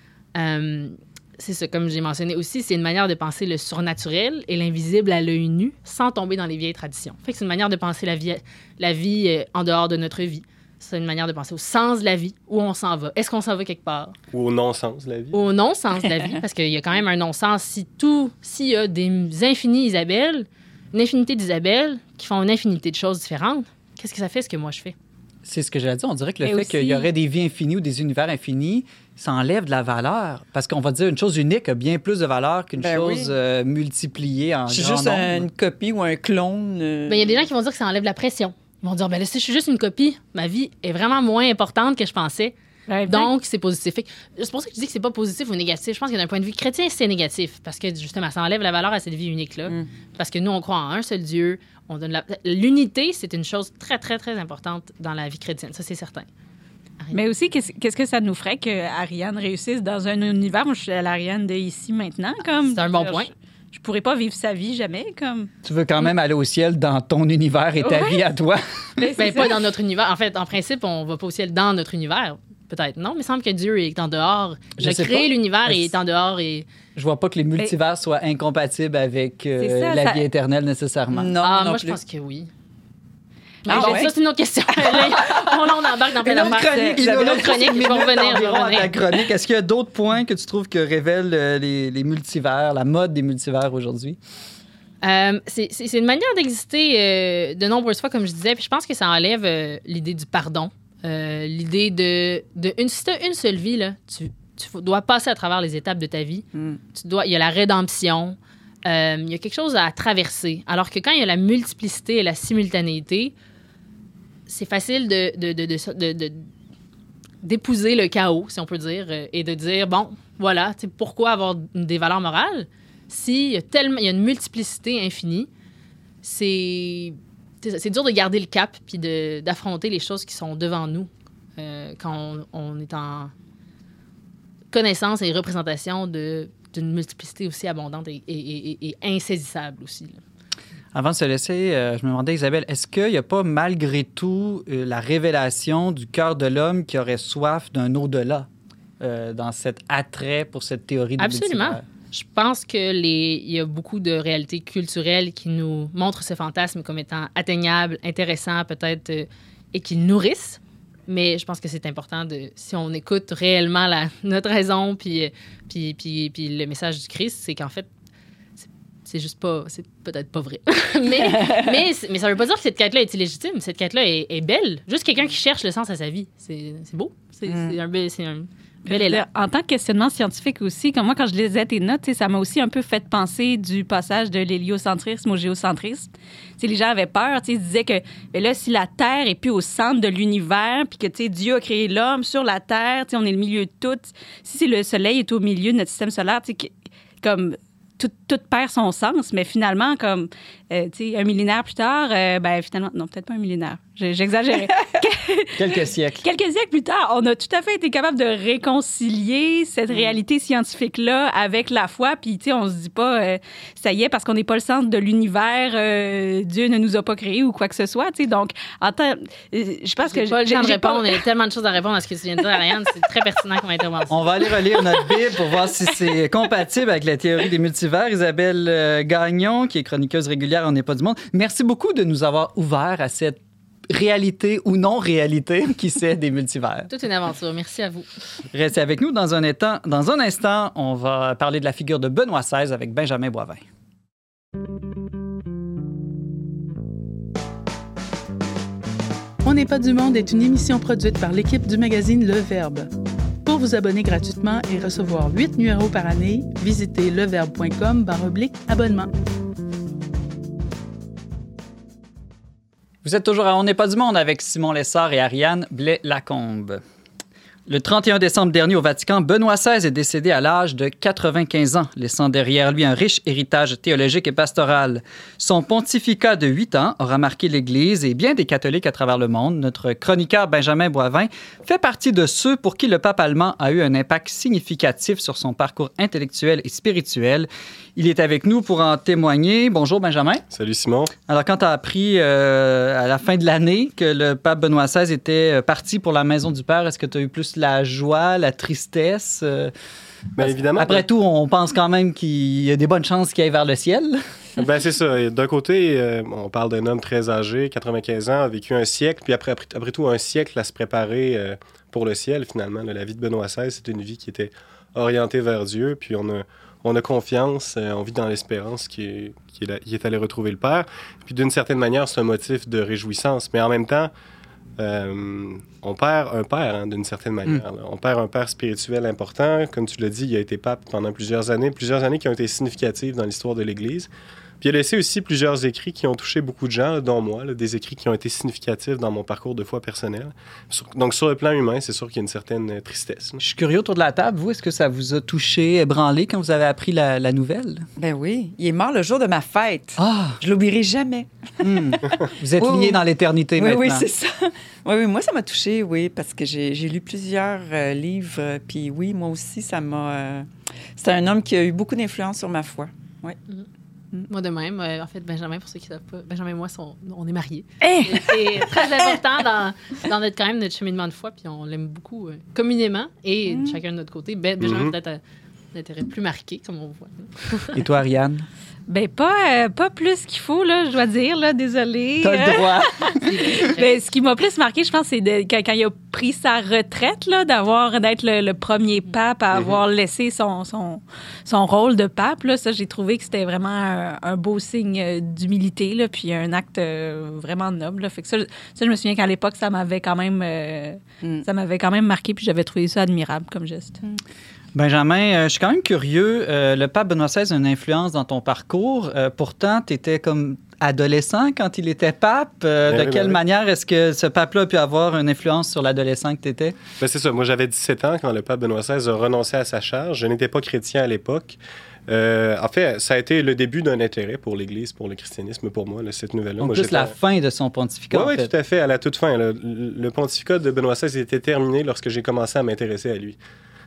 Euh, c'est ça, comme j'ai mentionné aussi, c'est une manière de penser le surnaturel et l'invisible à l'œil nu sans tomber dans les vieilles traditions. Fait que c'est une manière de penser la vie, la vie euh, en dehors de notre vie. C'est une manière de penser au sens de la vie, où on s'en va. Est-ce qu'on s'en va quelque part? Ou au non-sens de la vie. Au non-sens de la vie, parce qu'il y a quand même un non-sens. Si tout, s'il y a des infinis Isabelle, une infinité d'Isabelle qui font une infinité de choses différentes, qu'est-ce que ça fait, ce que moi je fais? C'est ce que j'allais dire. On dirait que le Mais fait aussi- qu'il y aurait des vies infinies ou des univers infinis, ça enlève de la valeur. Parce qu'on va dire une chose unique a bien plus de valeur qu'une Ben chose oui. euh, multipliée en Je suis grand juste nombre. un- une copie ou un clone. euh, Ben, il y a des gens qui vont dire que ça enlève la pression. Ils vont dire, ben là, si je suis juste une copie, ma vie est vraiment moins importante que je pensais. Ouais, Donc, c'est positif. Fait que c'est pour ça que je dis que c'est pas positif ou négatif. Je pense que d'un point de vue chrétien, c'est négatif. Parce que, justement, ça enlève la valeur à cette vie unique-là. Mm. Parce que nous, on croit en un seul Dieu. On donne la... L'unité, c'est une chose très, très, très importante dans la vie chrétienne. Ça, c'est certain. Mais aussi, qu'est-ce qu'est-ce que ça nous ferait que Ariane réussisse dans un univers? Moi, je suis à l'Ariane de ici maintenant. Comme, C'est un bon je- point. Je, je pourrais pas vivre sa vie jamais. Comme. Tu veux quand même aller au ciel dans ton univers et ta Ouais. vie à toi. Mais c'est Ben, ça. pas dans notre univers. En fait, en principe, on va pas au ciel dans notre univers. Peut-être. Non, mais il semble que Dieu est en dehors. Je Il a sais créé pas. l'univers Mais et est en dehors. Et... Je vois pas que les multivers soient incompatibles avec euh, C'est ça, la ça- vie éternelle nécessairement. Non, ah, non moi, plus. je pense que oui. Ah Mais ouais? Ça, c'est une autre question. Là, on, là, on embarque dans plein Une autre d'affaires. chronique, Une Isabelle. autre chronique, je vais revenir. Je vais Environ à ta revenir. chronique. Est-ce qu'il y a d'autres points que tu trouves que révèlent euh, les, les multivers, la mode des multivers aujourd'hui? Euh, c'est c'est- c'est une manière d'exister euh, de nombreuses fois, comme je disais. Puis je pense que ça enlève euh, l'idée du pardon. Euh, l'idée de, de une, si tu as une seule vie, là, tu, tu f- dois passer à travers les étapes de ta vie. Mm. Tu dois, il y a la rédemption. Euh, il y a quelque chose à traverser. Alors que quand il y a la multiplicité et la simultanéité, c'est facile de, de, de, de- de- de- d'épouser le chaos, si on peut dire, euh, et de dire, bon, voilà, tu sais, pourquoi avoir des valeurs morales s'il y a tellement, il y a une multiplicité infinie? C'est, c'est ça, c'est dur de garder le cap puis de, d'affronter les choses qui sont devant nous euh, quand on, on est en... connaissance et représentation de, d'une multiplicité aussi abondante et, et, et, et insaisissable aussi, là. Avant de se laisser, euh, je me demandais, Isabelle, est-ce qu'il n'y a pas malgré tout euh, la révélation du cœur de l'homme qui aurait soif d'un au-delà euh, dans cet attrait pour cette théorie du Absolument. multivers? Je pense que les, il y a beaucoup de réalités culturelles qui nous montrent ce fantasme comme étant atteignable, intéressant peut-être, euh, et qui le nourrissent. Mais je pense que c'est important de, si on écoute réellement la, notre raison, puis, puis, puis, puis le message du Christ, c'est qu'en fait, c'est, c'est juste pas, c'est peut-être pas vrai. mais, mais, mais ça veut pas dire que cette quête-là est illégitime. Cette quête-là est, est belle. Juste quelqu'un qui cherche le sens à sa vie. C'est, c'est beau. C'est, mm. c'est un bel, c'est un bel élan. En tant que questionnement scientifique aussi, comme moi, quand je lisais tes notes, ça m'a aussi un peu fait penser du passage de l'héliocentrisme au géocentrisme. T'sais, les gens avaient peur. Ils disaient que ben là, si la Terre est plus au centre de l'univers, puis que Dieu a créé l'homme sur la Terre, on est le milieu de tout. Si le Soleil est au milieu de notre système solaire, comme tout, tout perd son sens, mais finalement, comme euh, un millénaire plus tard, euh, ben finalement, non, peut-être pas un millénaire, j'exagérais. Quelques siècles. Quelques siècles plus tard, on a tout à fait été capable de réconcilier cette réalité scientifique-là avec la foi, puis tu sais, on se dit pas, euh, ça y est, parce qu'on n'est pas le centre de l'univers, euh, Dieu ne nous a pas créés ou quoi que ce soit, tu sais, donc, en temps, euh, je pense j'ai que... pas le temps de répondre, pas... il y a tellement de choses à répondre à ce que tu viens de dire, Ariane, c'est très pertinent comme intervention. On va aller relire notre Bible pour voir si c'est compatible avec la théorie des multivers. Isabelle euh, Gagnon, qui est chroniqueuse régulière On n'est pas du monde, merci beaucoup de nous avoir ouvert à cette réalité ou non-réalité qui c'est des multivers. Toute une aventure. Merci à vous. Restez avec nous dans un, étant, dans un instant. On va parler de la figure de Benoît seize avec Benjamin Boivin. On n'est pas du monde est une émission produite par l'équipe du magazine Le Verbe. Pour vous abonner gratuitement et recevoir huit numéros par année, visitez leverbe point com barre oblique abonnement. Vous êtes toujours à On n'est pas du monde avec Simon Lessard et Ariane Blais-Lacombe. Le trente et un décembre dernier, au Vatican, Benoît seize est décédé à l'âge de quatre-vingt-quinze ans, laissant derrière lui un riche héritage théologique et pastoral. Son pontificat de huit ans aura marqué l'Église et bien des catholiques à travers le monde. Notre chroniqueur Benjamin Boivin fait partie de ceux pour qui le pape allemand a eu un impact significatif sur son parcours intellectuel et spirituel. Il est avec nous pour en témoigner. Bonjour Benjamin. Salut Simon. Alors, quand tu as appris euh, à la fin de l'année que le pape Benoît seize était parti pour la Maison du Père, est-ce que tu as eu plus la joie, la tristesse? Euh, Bien évidemment. Après tout, on pense quand même qu'il y a des bonnes chances qu'il aille vers le ciel. Ben c'est ça. D'un côté, euh, on parle d'un homme très âgé, quatre-vingt-quinze ans, a vécu un siècle, puis après, après, après tout, un siècle à se préparer euh, pour le ciel, finalement. Là, la vie de Benoît seize, c'est une vie qui était orientée vers Dieu, puis on a, on a confiance, euh, on vit dans l'espérance qui est, qui, est la, qui est allé retrouver le Père. Puis d'une certaine manière, c'est un motif de réjouissance, mais en même temps, Euh, on perd un père, hein, d'une certaine manière. Mm. On perd un père spirituel important. Comme tu l'as dit, il a été pape pendant plusieurs années, plusieurs années qui ont été significatives dans l'histoire de l'Église. Puis il a laissé aussi plusieurs écrits qui ont touché beaucoup de gens, là, dont moi, là, des écrits qui ont été significatifs dans mon parcours de foi personnel. Sur, donc sur le plan humain, c'est sûr qu'il y a une certaine euh, tristesse. Là. Je suis curieux autour de la table. Vous, est-ce que ça vous a touché, ébranlé quand vous avez appris la, la nouvelle? Ben oui, il est mort le jour de ma fête. Ah! Je l'oublierai jamais. Hmm. Vous êtes Oui, liés oui. dans l'éternité Oui, maintenant. oui, c'est ça. Oui, oui, moi, ça m'a touchée, oui, parce que j'ai, j'ai lu plusieurs euh, livres. euh, Puis oui, moi aussi, ça m'a... euh, C'est un homme qui a eu beaucoup d'influence sur ma foi. Oui. Mm-hmm. Moi de même. Euh, en fait, Benjamin, pour ceux qui ne savent pas, Benjamin et moi, sont, on est mariés. Hey! Et c'est très important dans, dans notre, quand même, notre cheminement de foi, puis on l'aime beaucoup euh, communément et mm. chacun de notre côté. Ben, Benjamin, Mm-hmm. peut-être a un intérêt plus marqué, comme on voit. Et toi, Ariane? Ben pas, euh, pas plus qu'il faut, là, je dois dire, là, désolée. T'as le droit. Ben, ce qui m'a plus marqué, je pense, c'est de, quand, quand il a pris sa retraite, là, d'avoir, d'être le, le premier pape à avoir mm-hmm. laissé son, son, son rôle de pape. Là, ça, j'ai trouvé que c'était vraiment un, un beau signe euh, d'humilité, là, puis un acte euh, vraiment noble. Là. Fait que ça, ça, je me souviens qu'à l'époque, ça m'avait quand même, euh, mm. ça m'avait quand même marqué, puis j'avais trouvé ça admirable comme geste. Mm. Benjamin, euh, je suis quand même curieux. Euh, le pape Benoît seize a une influence dans ton parcours. Euh, pourtant, tu étais comme adolescent quand il était pape. Euh, ben de oui, quelle ben manière oui. est-ce que ce pape-là a pu avoir une influence sur l'adolescent que tu étais? Ben c'est ça. Moi, j'avais dix-sept ans quand le pape Benoît seize a renoncé à sa charge. Je n'étais pas chrétien à l'époque. Euh, en fait, ça a été le début d'un intérêt pour l'Église, pour le christianisme, pour moi, là, cette nouvelle-là. Donc, moi, plus j'étais... la fin de son pontificat, Oui, en oui, fait. tout à fait, à la toute fin. Le, le pontificat de Benoît seize était terminé lorsque j'ai commencé à m'intéresser à lui.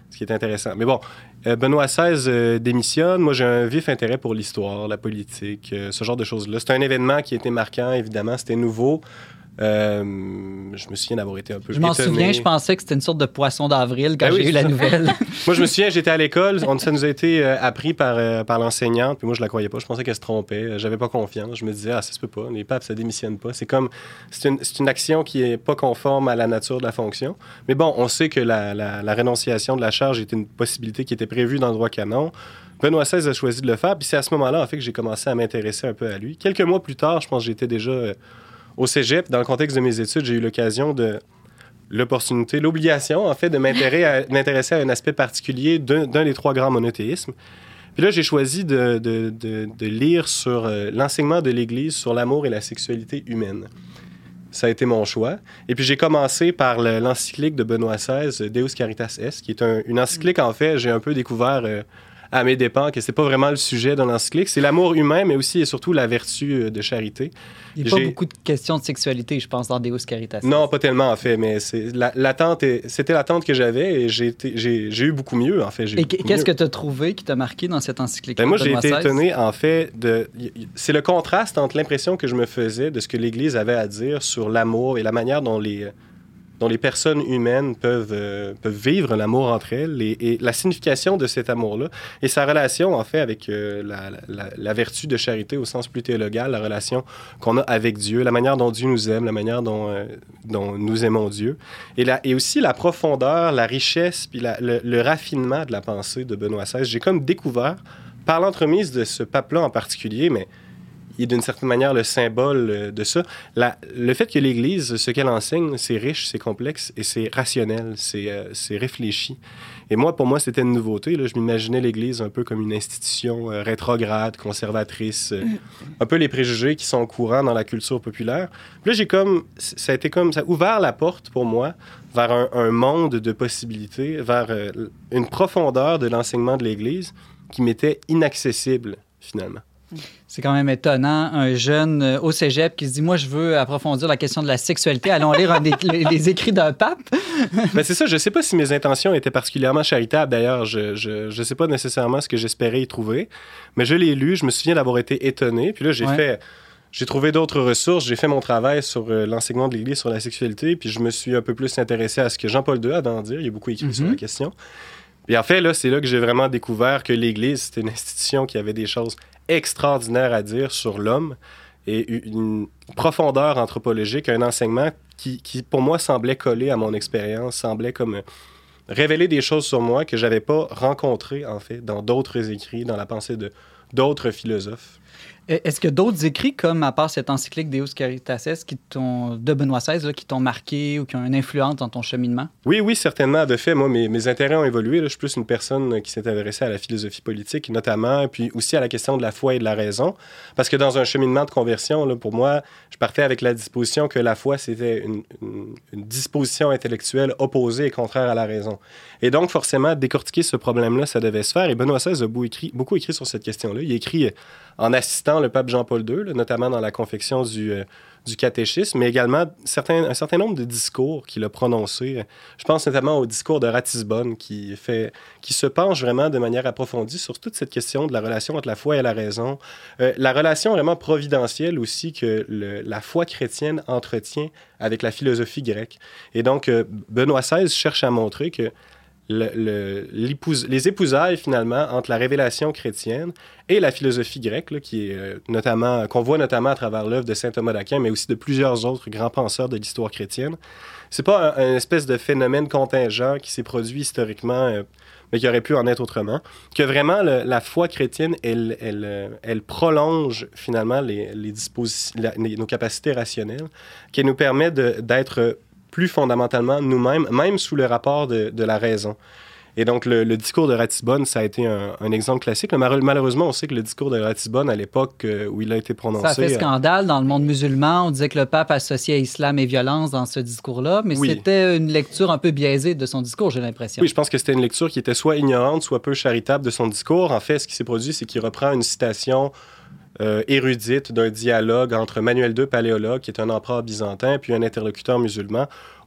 ce qui est intéressant. Mais bon, euh, Benoît seize euh, démissionne. Moi, j'ai un vif intérêt pour l'histoire, la politique, euh, ce genre de choses-là. C'est un événement qui a été marquant, évidemment. C'était nouveau. Euh, je me souviens d'avoir été un peu Je m'en étonné. souviens, je pensais que c'était une sorte de poisson d'avril quand Ben oui, j'ai eu c'est la ça. nouvelle. Moi, je me souviens, j'étais à l'école, on, ça nous a été euh, appris par, euh, par l'enseignante, puis moi, je la croyais pas. Je pensais qu'elle se trompait. Euh, J'avais pas confiance. Je me disais, ah, ça se peut pas. Les papes, ça démissionne pas. C'est comme, c'est une, c'est une action qui est pas conforme à la nature de la fonction. Mais bon, on sait que la, la, la renonciation de la charge était une possibilité qui était prévue dans le droit canon. Benoît seize a choisi de le faire, puis c'est à ce moment-là, en fait, que j'ai commencé à m'intéresser un peu à lui. Quelques mois plus tard, je pense que j'étais déjà euh, au cégep. Dans le contexte de mes études, j'ai eu l'occasion de... l'opportunité, l'obligation, en fait, de m'intéresser à, m'intéresser à un aspect particulier d'un, d'un des trois grands monothéismes. Puis là, j'ai choisi de, de, de, de lire sur euh, l'enseignement de l'Église sur l'amour et la sexualité humaine. Ça a été mon choix. Et puis, j'ai commencé par le, l'encyclique de Benoît seize, Deus Caritas Est, qui est un, une encyclique, en fait, j'ai un peu découvert euh, à mes dépens que c'est pas vraiment le sujet de l'encyclique. C'est l'amour humain, mais aussi et surtout la vertu de charité. Il n'y a pas J'ai... beaucoup de questions de sexualité, je pense, dans Deus Caritas. Non, pas tellement, en fait, mais c'est, la, l'attente est, c'était l'attente que j'avais et j'ai, été, j'ai, j'ai eu beaucoup mieux, en fait. J'ai Et eu beaucoup qu'est-ce mieux. que tu as trouvé qui t'a marqué dans cette encyclique? Ben moi, j'ai été étonné, en fait, de... c'est le contraste entre l'impression que je me faisais de ce que l'Église avait à dire sur l'amour et la manière dont les, dont les personnes humaines peuvent, euh, peuvent vivre l'amour entre elles et, et la signification de cet amour-là et sa relation, en fait, avec euh, la, la, la vertu de charité au sens plus théologal, la relation qu'on a avec Dieu, la manière dont Dieu nous aime, la manière dont, euh, dont nous aimons Dieu et, la, et aussi la profondeur, la richesse puis la, le, le raffinement de la pensée de Benoît seize. J'ai comme découvert, par l'entremise de ce pape-là en particulier, mais il est d'une certaine manière le symbole de ça. La, le fait que l'Église, ce qu'elle enseigne, c'est riche, c'est complexe et c'est rationnel, c'est, euh, c'est réfléchi. Et moi, pour moi, c'était une nouveauté. Là. Je m'imaginais l'Église un peu comme une institution euh, rétrograde, conservatrice, euh, un peu les préjugés qui sont courants dans la culture populaire. Puis là, j'ai comme, ça a été comme, ça a ouvert la porte pour moi vers un, un monde de possibilités, vers euh, une profondeur de l'enseignement de l'Église qui m'était inaccessible, finalement. C'est quand même étonnant, un jeune euh, au cégep qui se dit « Moi, je veux approfondir la question de la sexualité. Allons lire un des, les, les écrits d'un pape. » Ben c'est ça. Je ne sais pas si mes intentions étaient particulièrement charitables. D'ailleurs, je ne je, je sais pas nécessairement ce que j'espérais y trouver. Mais je l'ai lu. Je me souviens d'avoir été étonné. Puis là, j'ai Ouais. fait... J'ai trouvé d'autres ressources. J'ai fait mon travail sur euh, l'enseignement de l'Église sur la sexualité. Puis je me suis un peu plus intéressé à ce que Jean-Paul deux a à en dire. Il a beaucoup écrit Mm-hmm. sur la question. Et en fait, là, c'est là que j'ai vraiment découvert que l'Église, c'était une institution qui avait des choses extraordinaires à dire sur l'homme et une profondeur anthropologique, un enseignement qui, qui pour moi, semblait coller à mon expérience, semblait comme euh, révéler des choses sur moi que je n'avais pas rencontrées, en fait, dans d'autres écrits, dans la pensée de d'autres philosophes. Est-ce que d'autres écrits, comme à part cette encyclique Deus Caritas Est, qui t'ont, de Benoît seize, là, qui t'ont marqué ou qui ont une influence dans ton cheminement? Oui, oui, certainement. De fait, moi, mes, mes intérêts ont évolué. Là. Je suis plus une personne qui s'est intéressée à la philosophie politique, notamment, et puis aussi à la question de la foi et de la raison. Parce que dans un cheminement de conversion, là, pour moi, je partais avec la disposition que la foi, c'était une, une, une disposition intellectuelle opposée et contraire à la raison. Et donc, forcément, décortiquer ce problème-là, ça devait se faire. Et Benoît seize a beaucoup écrit, beaucoup écrit sur cette question-là. Il a écrit en assistant le pape Jean-Paul deux, là, notamment dans la confection du, euh, du catéchisme, mais également certains, un certain nombre de discours qu'il a prononcés. Je pense notamment au discours de Ratisbonne qui, fait, qui se penche vraiment de manière approfondie sur toute cette question de la relation entre la foi et la raison. Euh, la relation vraiment providentielle aussi que le, la foi chrétienne entretient avec la philosophie grecque. Et donc, euh, Benoît seize cherche à montrer que Le, le, l'épouse, les épousailles, finalement, entre la révélation chrétienne et la philosophie grecque, là, qui est, euh, notamment, qu'on voit notamment à travers l'œuvre de saint Thomas d'Aquin, mais aussi de plusieurs autres grands penseurs de l'histoire chrétienne. C'est pas un, un espèce de phénomène contingent qui s'est produit historiquement, euh, mais qui aurait pu en être autrement. Que vraiment, le, la foi chrétienne, elle, elle, elle, elle prolonge, finalement, les, les disposi- la, les, nos capacités rationnelles, qui nous permet de, d'être plus fondamentalement nous-mêmes, même sous le rapport de, de la raison. Et donc, le, le discours de Ratisbonne, ça a été un, un exemple classique. Mal- malheureusement, on sait que le discours de Ratisbonne, à l'époque euh, où il a été prononcé... Ça a fait scandale dans le monde musulman. On disait que le pape associait islam et violence dans ce discours-là, mais Oui. c'était une lecture un peu biaisée de son discours, j'ai l'impression. Oui, je pense que c'était une lecture qui était soit ignorante, soit peu charitable de son discours. En fait, ce qui s'est produit, c'est qu'il reprend une citation euh, érudite d'un dialogue entre Manuel deux, paléologue, qui est un empereur byzantin, puis un interlocuteur musulman,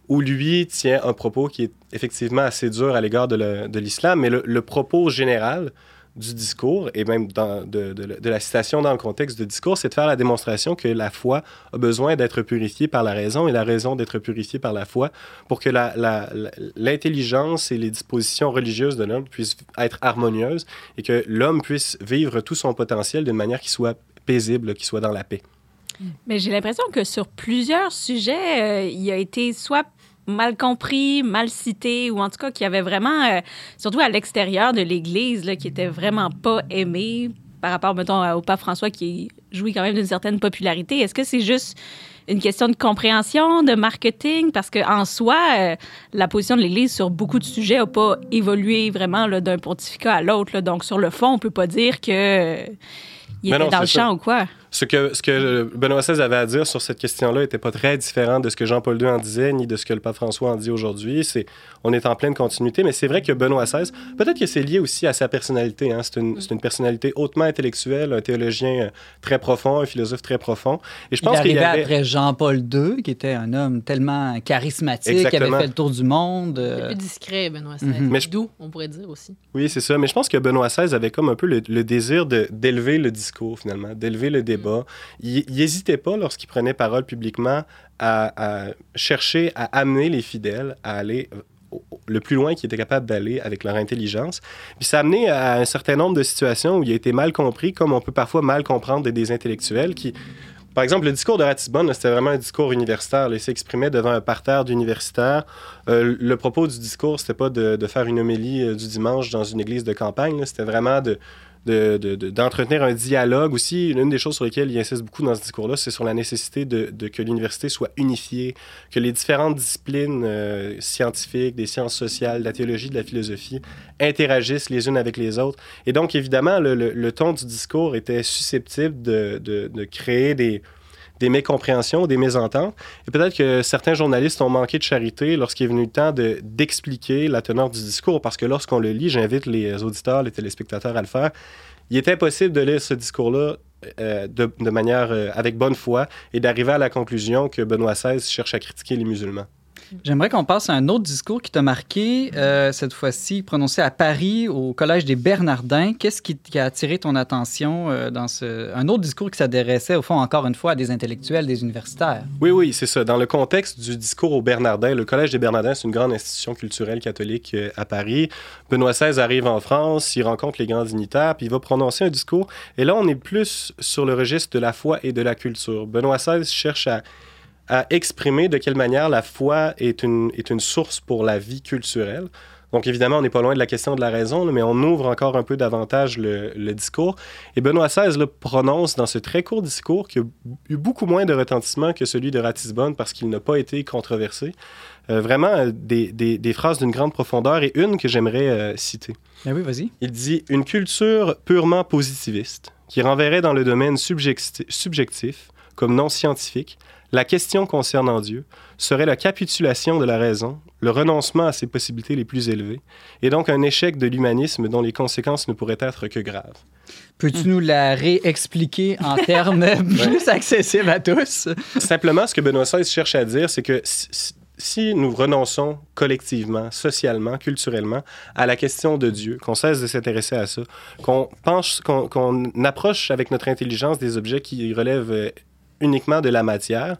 où lui tient un propos qui est effectivement assez dur à l'égard de, le, de l'islam, mais le, le propos général du discours, et même dans, de, de, de la citation dans le contexte de discours, c'est de faire la démonstration que la foi a besoin d'être purifiée par la raison et la raison d'être purifiée par la foi pour que la, la, la, l'intelligence et les dispositions religieuses de l'homme puissent être harmonieuses et que l'homme puisse vivre tout son potentiel d'une manière qui soit paisible, qui soit dans la paix. Mais j'ai l'impression que sur plusieurs sujets, euh, il a été soit mal compris, mal cité, ou en tout cas qui avait vraiment, euh, surtout à l'extérieur de l'Église, là, qui était vraiment pas aimé par rapport, mettons, au pape François qui jouit quand même d'une certaine popularité. Est-ce que c'est juste une question de compréhension, de marketing? Parce qu'en soi, euh, la position de l'Église sur beaucoup de sujets n'a pas évolué vraiment là, d'un pontificat à l'autre. Là. Donc, sur le fond, on peut pas dire que euh, il était non, dans le champ ça. ou quoi. Ce que, ce que Benoît seize avait à dire sur cette question-là n'était pas très différent de ce que Jean-Paul deux en disait, ni de ce que le pape François en dit aujourd'hui. C'est, on est en pleine continuité, mais c'est vrai que Benoît seize, peut-être que c'est lié aussi à sa personnalité. Hein. C'est, une, c'est une personnalité hautement intellectuelle, un théologien très profond, un philosophe très profond. Et je pense il qu'il arrivait avait... après Jean-Paul deux, qui était un homme tellement charismatique, Exactement. qui avait fait le tour du monde. C'est Euh... plus discret, Benoît seize. Mm-hmm. Mais je- Doux, on pourrait dire aussi. Oui, c'est ça. Mais je pense que Benoît seize avait comme un peu le, le désir de, d'élever le discours, finalement, d'élever le débat. Il n'hésitait pas, lorsqu'il prenait parole publiquement, à, à chercher à amener les fidèles à aller au- le plus loin qu'il était capable d'aller avec leur intelligence. Puis ça a amené à un certain nombre de situations où il a été mal compris, comme on peut parfois mal comprendre des, des intellectuels qui... Par exemple, le discours de Ratisbonne, là, c'était vraiment un discours universitaire. Là. Il s'exprimait devant un parterre d'universitaires. Euh, le propos du discours, c'était pas de, de faire une homélie euh, du dimanche dans une église de campagne. Là. C'était vraiment de, de, de, de, d'entretenir un dialogue. Aussi, une des choses sur lesquelles il insiste beaucoup dans ce discours-là, c'est sur la nécessité de, de que l'université soit unifiée, que les différentes disciplines euh, scientifiques, des sciences sociales, de la théologie, de la philosophie, interagissent les unes avec les autres. Et donc, évidemment, le, le, le ton du discours était susceptible de, de, de créer des, des mécompréhensions, des mésententes. Et peut-être que certains journalistes ont manqué de charité lorsqu'il est venu le temps de, d'expliquer la teneur du discours, parce que lorsqu'on le lit, j'invite les auditeurs, les téléspectateurs à le faire, il est impossible de lire ce discours-là euh, de, de manière euh, avec bonne foi et d'arriver à la conclusion que Benoît seize cherche à critiquer les musulmans. J'aimerais qu'on passe à un autre discours qui t'a marqué, euh, cette fois-ci prononcé à Paris, au Collège des Bernardins. Qu'est-ce qui, qui a attiré ton attention euh, dans ce... un autre discours qui s'adressait, au fond, encore une fois, à des intellectuels, des universitaires? Oui, oui, c'est ça. Dans le contexte du discours aux Bernardins, le Collège des Bernardins, c'est une grande institution culturelle catholique euh, à Paris. Benoît seize arrive en France, il rencontre les grands dignitaires, puis il va prononcer un discours. Et là, on est plus sur le registre de la foi et de la culture. Benoît seize cherche à à exprimer de quelle manière la foi est une, est une source pour la vie culturelle. Donc, évidemment, on n'est pas loin de la question de la raison, là, mais on ouvre encore un peu davantage le, le discours. Et Benoît seize là, prononce dans ce très court discours qui a eu beaucoup moins de retentissement que celui de Ratisbonne parce qu'il n'a pas été controversé. Euh, vraiment, des, des, des phrases d'une grande profondeur et une que j'aimerais euh, citer. Ben oui, vas-y. Il dit « Une culture purement positiviste qui renverrait dans le domaine subjecti- subjectif, comme non scientifique, la question concernant Dieu serait la capitulation de la raison, le renoncement à ses possibilités les plus élevées, et donc un échec de l'humanisme dont les conséquences ne pourraient être que graves. » Peux-tu nous la réexpliquer en termes plus accessibles à tous? Simplement, ce que Benoît seize cherche à dire, c'est que si, si nous renonçons collectivement, socialement, culturellement, à la question de Dieu, qu'on cesse de s'intéresser à ça, qu'on pense, qu'on, qu'on approche avec notre intelligence des objets qui relèvent euh, uniquement de la matière,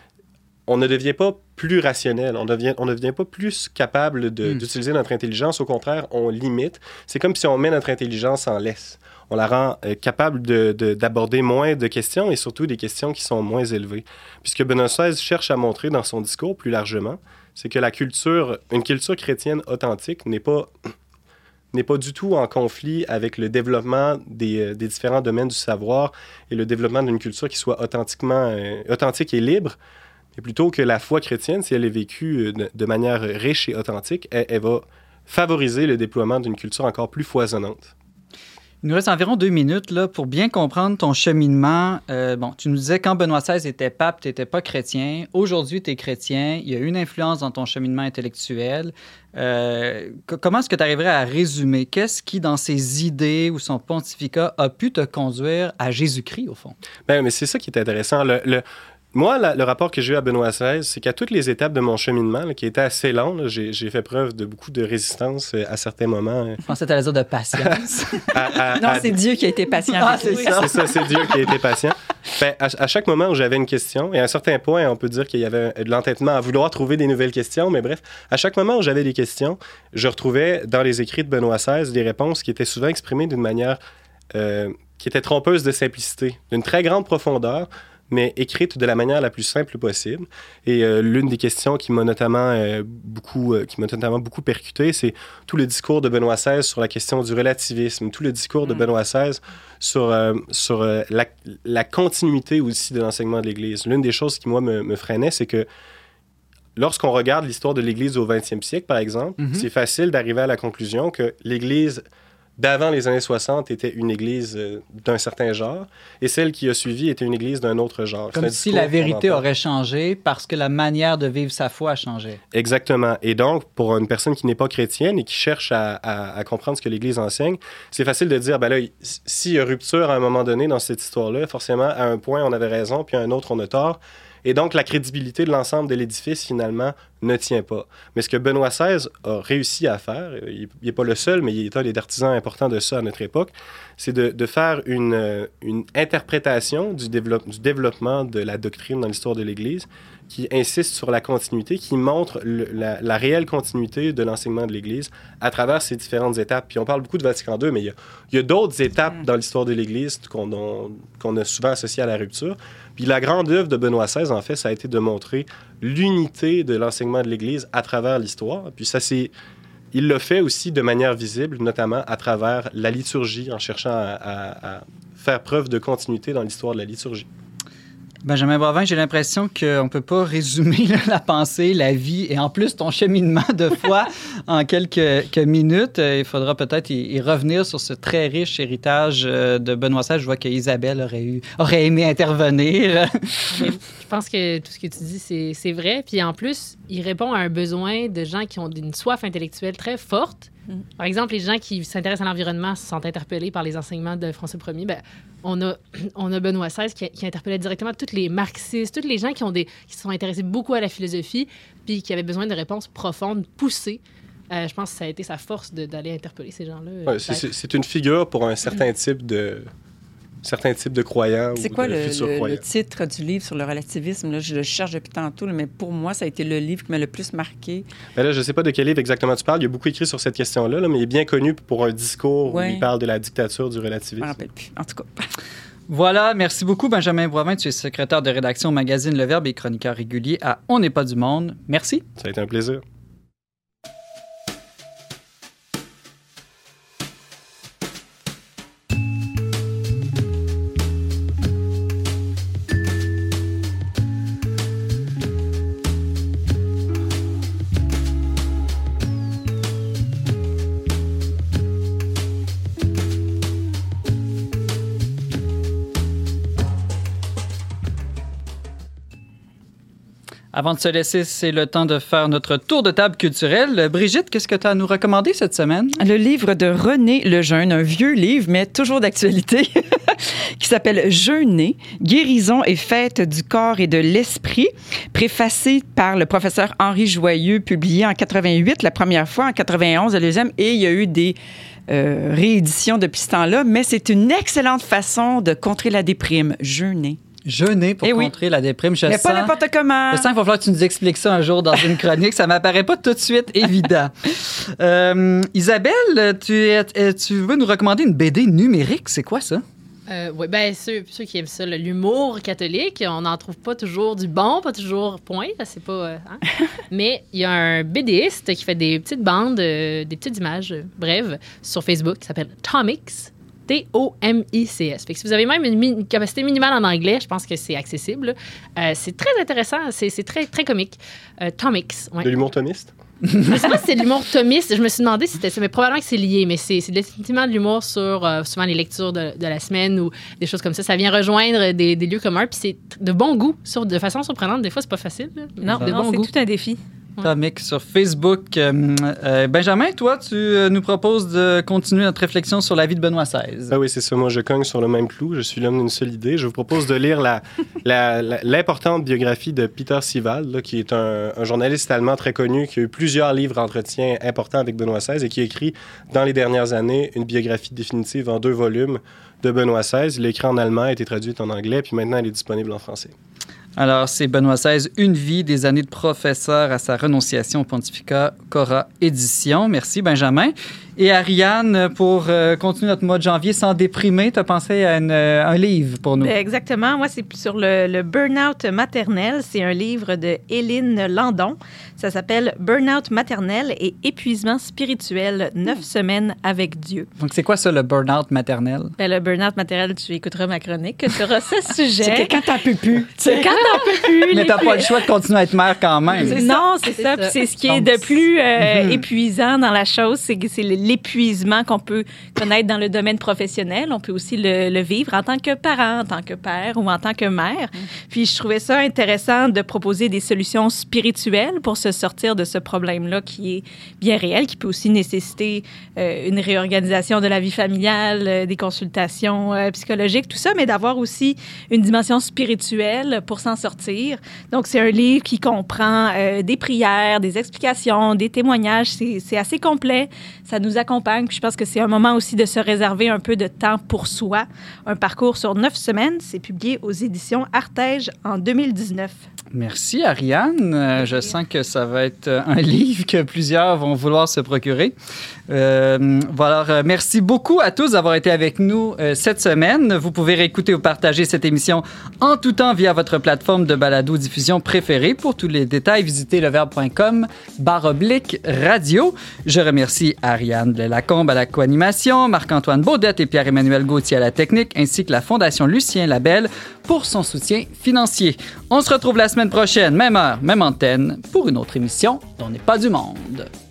on ne devient pas plus rationnel, on, devient, on ne devient pas plus capable de, mm. d'utiliser notre intelligence. Au contraire, on limite. C'est comme si on met notre intelligence en laisse. On la rend euh, capable de, de, d'aborder moins de questions et surtout des questions qui sont moins élevées. Puisque Benoît seize cherche à montrer dans son discours plus largement, c'est que la culture, une culture chrétienne authentique n'est pas... n'est pas du tout en conflit avec le développement des, des différents domaines du savoir et le développement d'une culture qui soit authentiquement, euh, authentique et libre, mais plutôt que la foi chrétienne, si elle est vécue de, de manière riche et authentique, elle, elle va favoriser le déploiement d'une culture encore plus foisonnante. Il nous reste environ deux minutes là, pour bien comprendre ton cheminement. Euh, bon, tu nous disais quand Benoît seize était pape, tu n'étais pas chrétien. Aujourd'hui, tu es chrétien. Il y a une influence dans ton cheminement intellectuel. Euh, c- comment est-ce que tu arriverais à résumer? Qu'est-ce qui, dans ses idées ou son pontificat, a pu te conduire à Jésus-Christ, au fond? Bien, mais c'est ça qui est intéressant. Le, le, moi, la, le rapport que j'ai eu à Benoît seize, c'est qu'à toutes les étapes de mon cheminement, là, qui était assez long, là, j'ai, j'ai fait preuve de beaucoup de résistance euh, à certains moments. Euh, Je pensais que tu allais dire de patience. à, à, Non, à... c'est Dieu qui a été patient. Ah, avec c'est lui. ça. C'est ça, c'est Dieu qui a été patient. Ben, à, à chaque moment où j'avais une question, et à un certain point, on peut dire qu'il y avait de l'entêtement à vouloir trouver des nouvelles questions, mais bref, à chaque moment où j'avais des questions, je retrouvais dans les écrits de Benoît seize des réponses qui étaient souvent exprimées d'une manière euh, qui était trompeuse de simplicité, d'une très grande profondeur, mais écrite de la manière la plus simple possible. Et euh, l'une des questions qui m'a notamment euh, beaucoup, euh, qui m'a notamment beaucoup percuté, c'est tout le discours de Benoît seize sur la question du relativisme, tout le discours de Benoît seize sur, euh, sur euh, la, la continuité aussi de l'enseignement de l'Église. L'une des choses qui, moi, me, me freinait, c'est que lorsqu'on regarde l'histoire de l'Église au vingtième siècle, par exemple, mm-hmm. c'est facile d'arriver à la conclusion que l'Église d'avant les années soixante était une église euh, d'un certain genre, et celle qui a suivi était une église d'un autre genre. Comme si la vérité aurait changé parce que la manière de vivre sa foi a changé. Exactement. Et donc, pour une personne qui n'est pas chrétienne et qui cherche à, à, à comprendre ce que l'Église enseigne, c'est facile de dire, ben là, s'il y a rupture à un moment donné dans cette histoire-là, forcément, à un point, on avait raison, puis à un autre, on a tort. Et donc, la crédibilité de l'ensemble de l'édifice, finalement, ne tient pas. Mais ce que Benoît seize a réussi à faire, il n'est pas le seul, mais il est un des artisans importants de ça à notre époque, c'est de, de faire une, une interprétation du, développe, du développement de la doctrine dans l'histoire de l'Église qui insiste sur la continuité, qui montre le, la, la réelle continuité de l'enseignement de l'Église à travers ces différentes étapes. Puis on parle beaucoup de Vatican deux, mais il y a, il y a d'autres étapes dans l'histoire de l'Église qu'on, on, qu'on a souvent associées à la rupture. Puis la grande œuvre de Benoît seize, en fait, ça a été de montrer l'unité de l'enseignement de l'Église à travers l'histoire. Puis ça, c'est... Il l'a fait aussi de manière visible, notamment à travers la liturgie, en cherchant à, à, à faire preuve de continuité dans l'histoire de la liturgie. Benjamin Boivin, j'ai l'impression qu'on ne peut pas résumer la pensée, la vie et en plus ton cheminement de foi en quelques, quelques minutes. Il faudra peut-être y, y revenir sur ce très riche héritage de Benoît seize. Je vois qu'Isabelle aurait, eu, aurait aimé intervenir. Je pense que tout ce que tu dis, c'est, c'est vrai. Puis en plus, il répond à un besoin de gens qui ont une soif intellectuelle très forte. Par exemple, les gens qui s'intéressent à l'environnement se sentent interpellés par les enseignements de François Ier. Ben, on, a, on a Benoît seize qui, qui interpellait directement tous les marxistes, tous les gens qui, ont des, qui se sont intéressés beaucoup à la philosophie puis qui avaient besoin de réponses profondes, poussées. Euh, je pense que ça a été sa force de, d'aller interpeller ces gens-là. Ouais, c'est, c'est, c'est une figure pour un certain type de... certains types de croyants c'est ou quoi de le, futurs le, croyants. le titre du livre sur le relativisme? Là, je le cherche depuis tantôt, là, mais pour moi, ça a été le livre qui m'a le plus marqué. Ben là, je ne sais pas de quel livre exactement tu parles. Il y a beaucoup écrit sur cette question-là, là, mais il est bien connu pour un discours ouais. où il parle de la dictature du relativisme. Je ne me rappelle plus. En tout cas. Voilà, merci beaucoup Benjamin Boivin. Tu es secrétaire de rédaction au magazine Le Verbe et chroniqueur régulier à On n'est pas du monde. Merci. Ça a été un plaisir. Avant de se laisser, c'est le temps de faire notre tour de table culturel. Brigitte, qu'est-ce que tu as à nous recommander cette semaine? Le livre de René Lejeune, un vieux livre, mais toujours d'actualité, qui s'appelle Jeûner, guérison et fête du corps et de l'esprit, préfacé par le professeur Henri Joyeux, publié en quatre-vingt-huit, la première fois, en quatre-vingt-onze, la deuxième, et il y a eu des euh, rééditions depuis ce temps-là, mais c'est une excellente façon de contrer la déprime, jeûner. Jeûner pour eh oui. contrer la déprime. Je Mais sens, pas n'importe comment. Je sens qu'il va falloir que tu nous expliques ça un jour dans une chronique. Ça ne m'apparaît pas tout de suite évident. euh, Isabelle, tu, es, tu veux nous recommander une B D numérique. C'est quoi ça? Euh, oui, bien, ceux, ceux qui aiment ça, là, l'humour catholique, on n'en trouve pas toujours du bon, pas toujours point, c'est pas... Euh, hein? Mais il y a un BDiste qui fait des petites bandes, euh, des petites images euh, brèves sur Facebook qui s'appelle Tomix. T O M I C S. Fait que si vous avez même une, mi- une capacité minimale en anglais, je pense que c'est accessible. Euh, c'est très intéressant, c'est, c'est très, très comique. Euh, Tomix, ouais. De l'humour thomiste? Je sais pas si c'est de l'humour thomiste. Je me suis demandé si c'était ça, mais probablement que c'est lié. Mais c'est, c'est définitivement de l'humour sur euh, souvent les lectures de, de la semaine ou des choses comme ça. Ça vient rejoindre des, des lieux communs. Puis c'est de bon goût, sur, de façon surprenante. Des fois, c'est pas facile. Là, Non, de non bon c'est goût. tout un défi. Atomic sur Facebook. Euh, euh, Benjamin, toi, tu euh, nous proposes de continuer notre réflexion sur la vie de Benoît seize. Ah oui, c'est ça. Moi, je cogne sur le même clou. Je suis l'homme d'une seule idée. Je vous propose de lire la, la, la, l'importante biographie de Peter Siewald, là, qui est un, un journaliste allemand très connu, qui a eu plusieurs livres d'entretien importants avec Benoît seize et qui a écrit, dans les dernières années, une biographie définitive en deux volumes de Benoît seize. Il l'a écrit en allemand, a été traduite en anglais, puis maintenant, elle est disponible en français. Alors, c'est Benoît seize, Une vie, des années de professeur à sa renonciation au pontificat, Cora Édition. Merci, Benjamin. Et Ariane, pour euh, continuer notre mois de janvier sans déprimer, tu as pensé à une, euh, un livre pour nous. Exactement. Moi, c'est sur le, le burn-out maternel. C'est un livre de Hélène Landon. Ça s'appelle Burn-out maternel et épuisement spirituel, neuf semaines avec Dieu. Donc, c'est quoi ça, le burn-out maternel? Ben, le burn-out maternel, tu écouteras ma chronique sur ce sujet. C'est que quand t'en peux plus. C'est quand t'en peux plus. Mais t'as pas le choix de continuer à être mère quand même. C'est non, c'est, c'est ça. ça. Puis c'est ce qui est de plus euh, mm-hmm. épuisant dans la chose, c'est que c'est l'épuisement qu'on peut connaître dans le domaine professionnel. On peut aussi le, le vivre en tant que parent, en tant que père ou en tant que mère. Mm-hmm. Puis je trouvais ça intéressant de proposer des solutions spirituelles pour se sortir de ce problème-là qui est bien réel, qui peut aussi nécessiter euh, une réorganisation de la vie familiale, euh, des consultations euh, psychologiques, tout ça, mais d'avoir aussi une dimension spirituelle pour s'en sortir. Donc, c'est un livre qui comprend euh, des prières, des explications, des témoignages. C'est, c'est assez complet. Ça nous accompagne. Puis je pense que c'est un moment aussi de se réserver un peu de temps pour soi. Un parcours sur neuf semaines. C'est publié aux éditions Artege en deux mille dix-neuf. Merci, Ariane. Euh, je sens que ça va être un livre que plusieurs vont vouloir se procurer. Euh, voilà. Euh, merci beaucoup à tous d'avoir été avec nous euh, cette semaine. Vous pouvez réécouter ou partager cette émission en tout temps via votre plateforme de balado-diffusion préférée. Pour tous les détails, visitez leverbe.com barre oblique radio. Je remercie Ariane Lacombe à la co-animation, Marc-Antoine Baudette et Pierre-Emmanuel Gauthier à la technique, ainsi que la Fondation Lucien Labelle pour son soutien financier. On se retrouve la semaine prochaine, même heure, même antenne, pour une autre émission dont n'est pas du monde.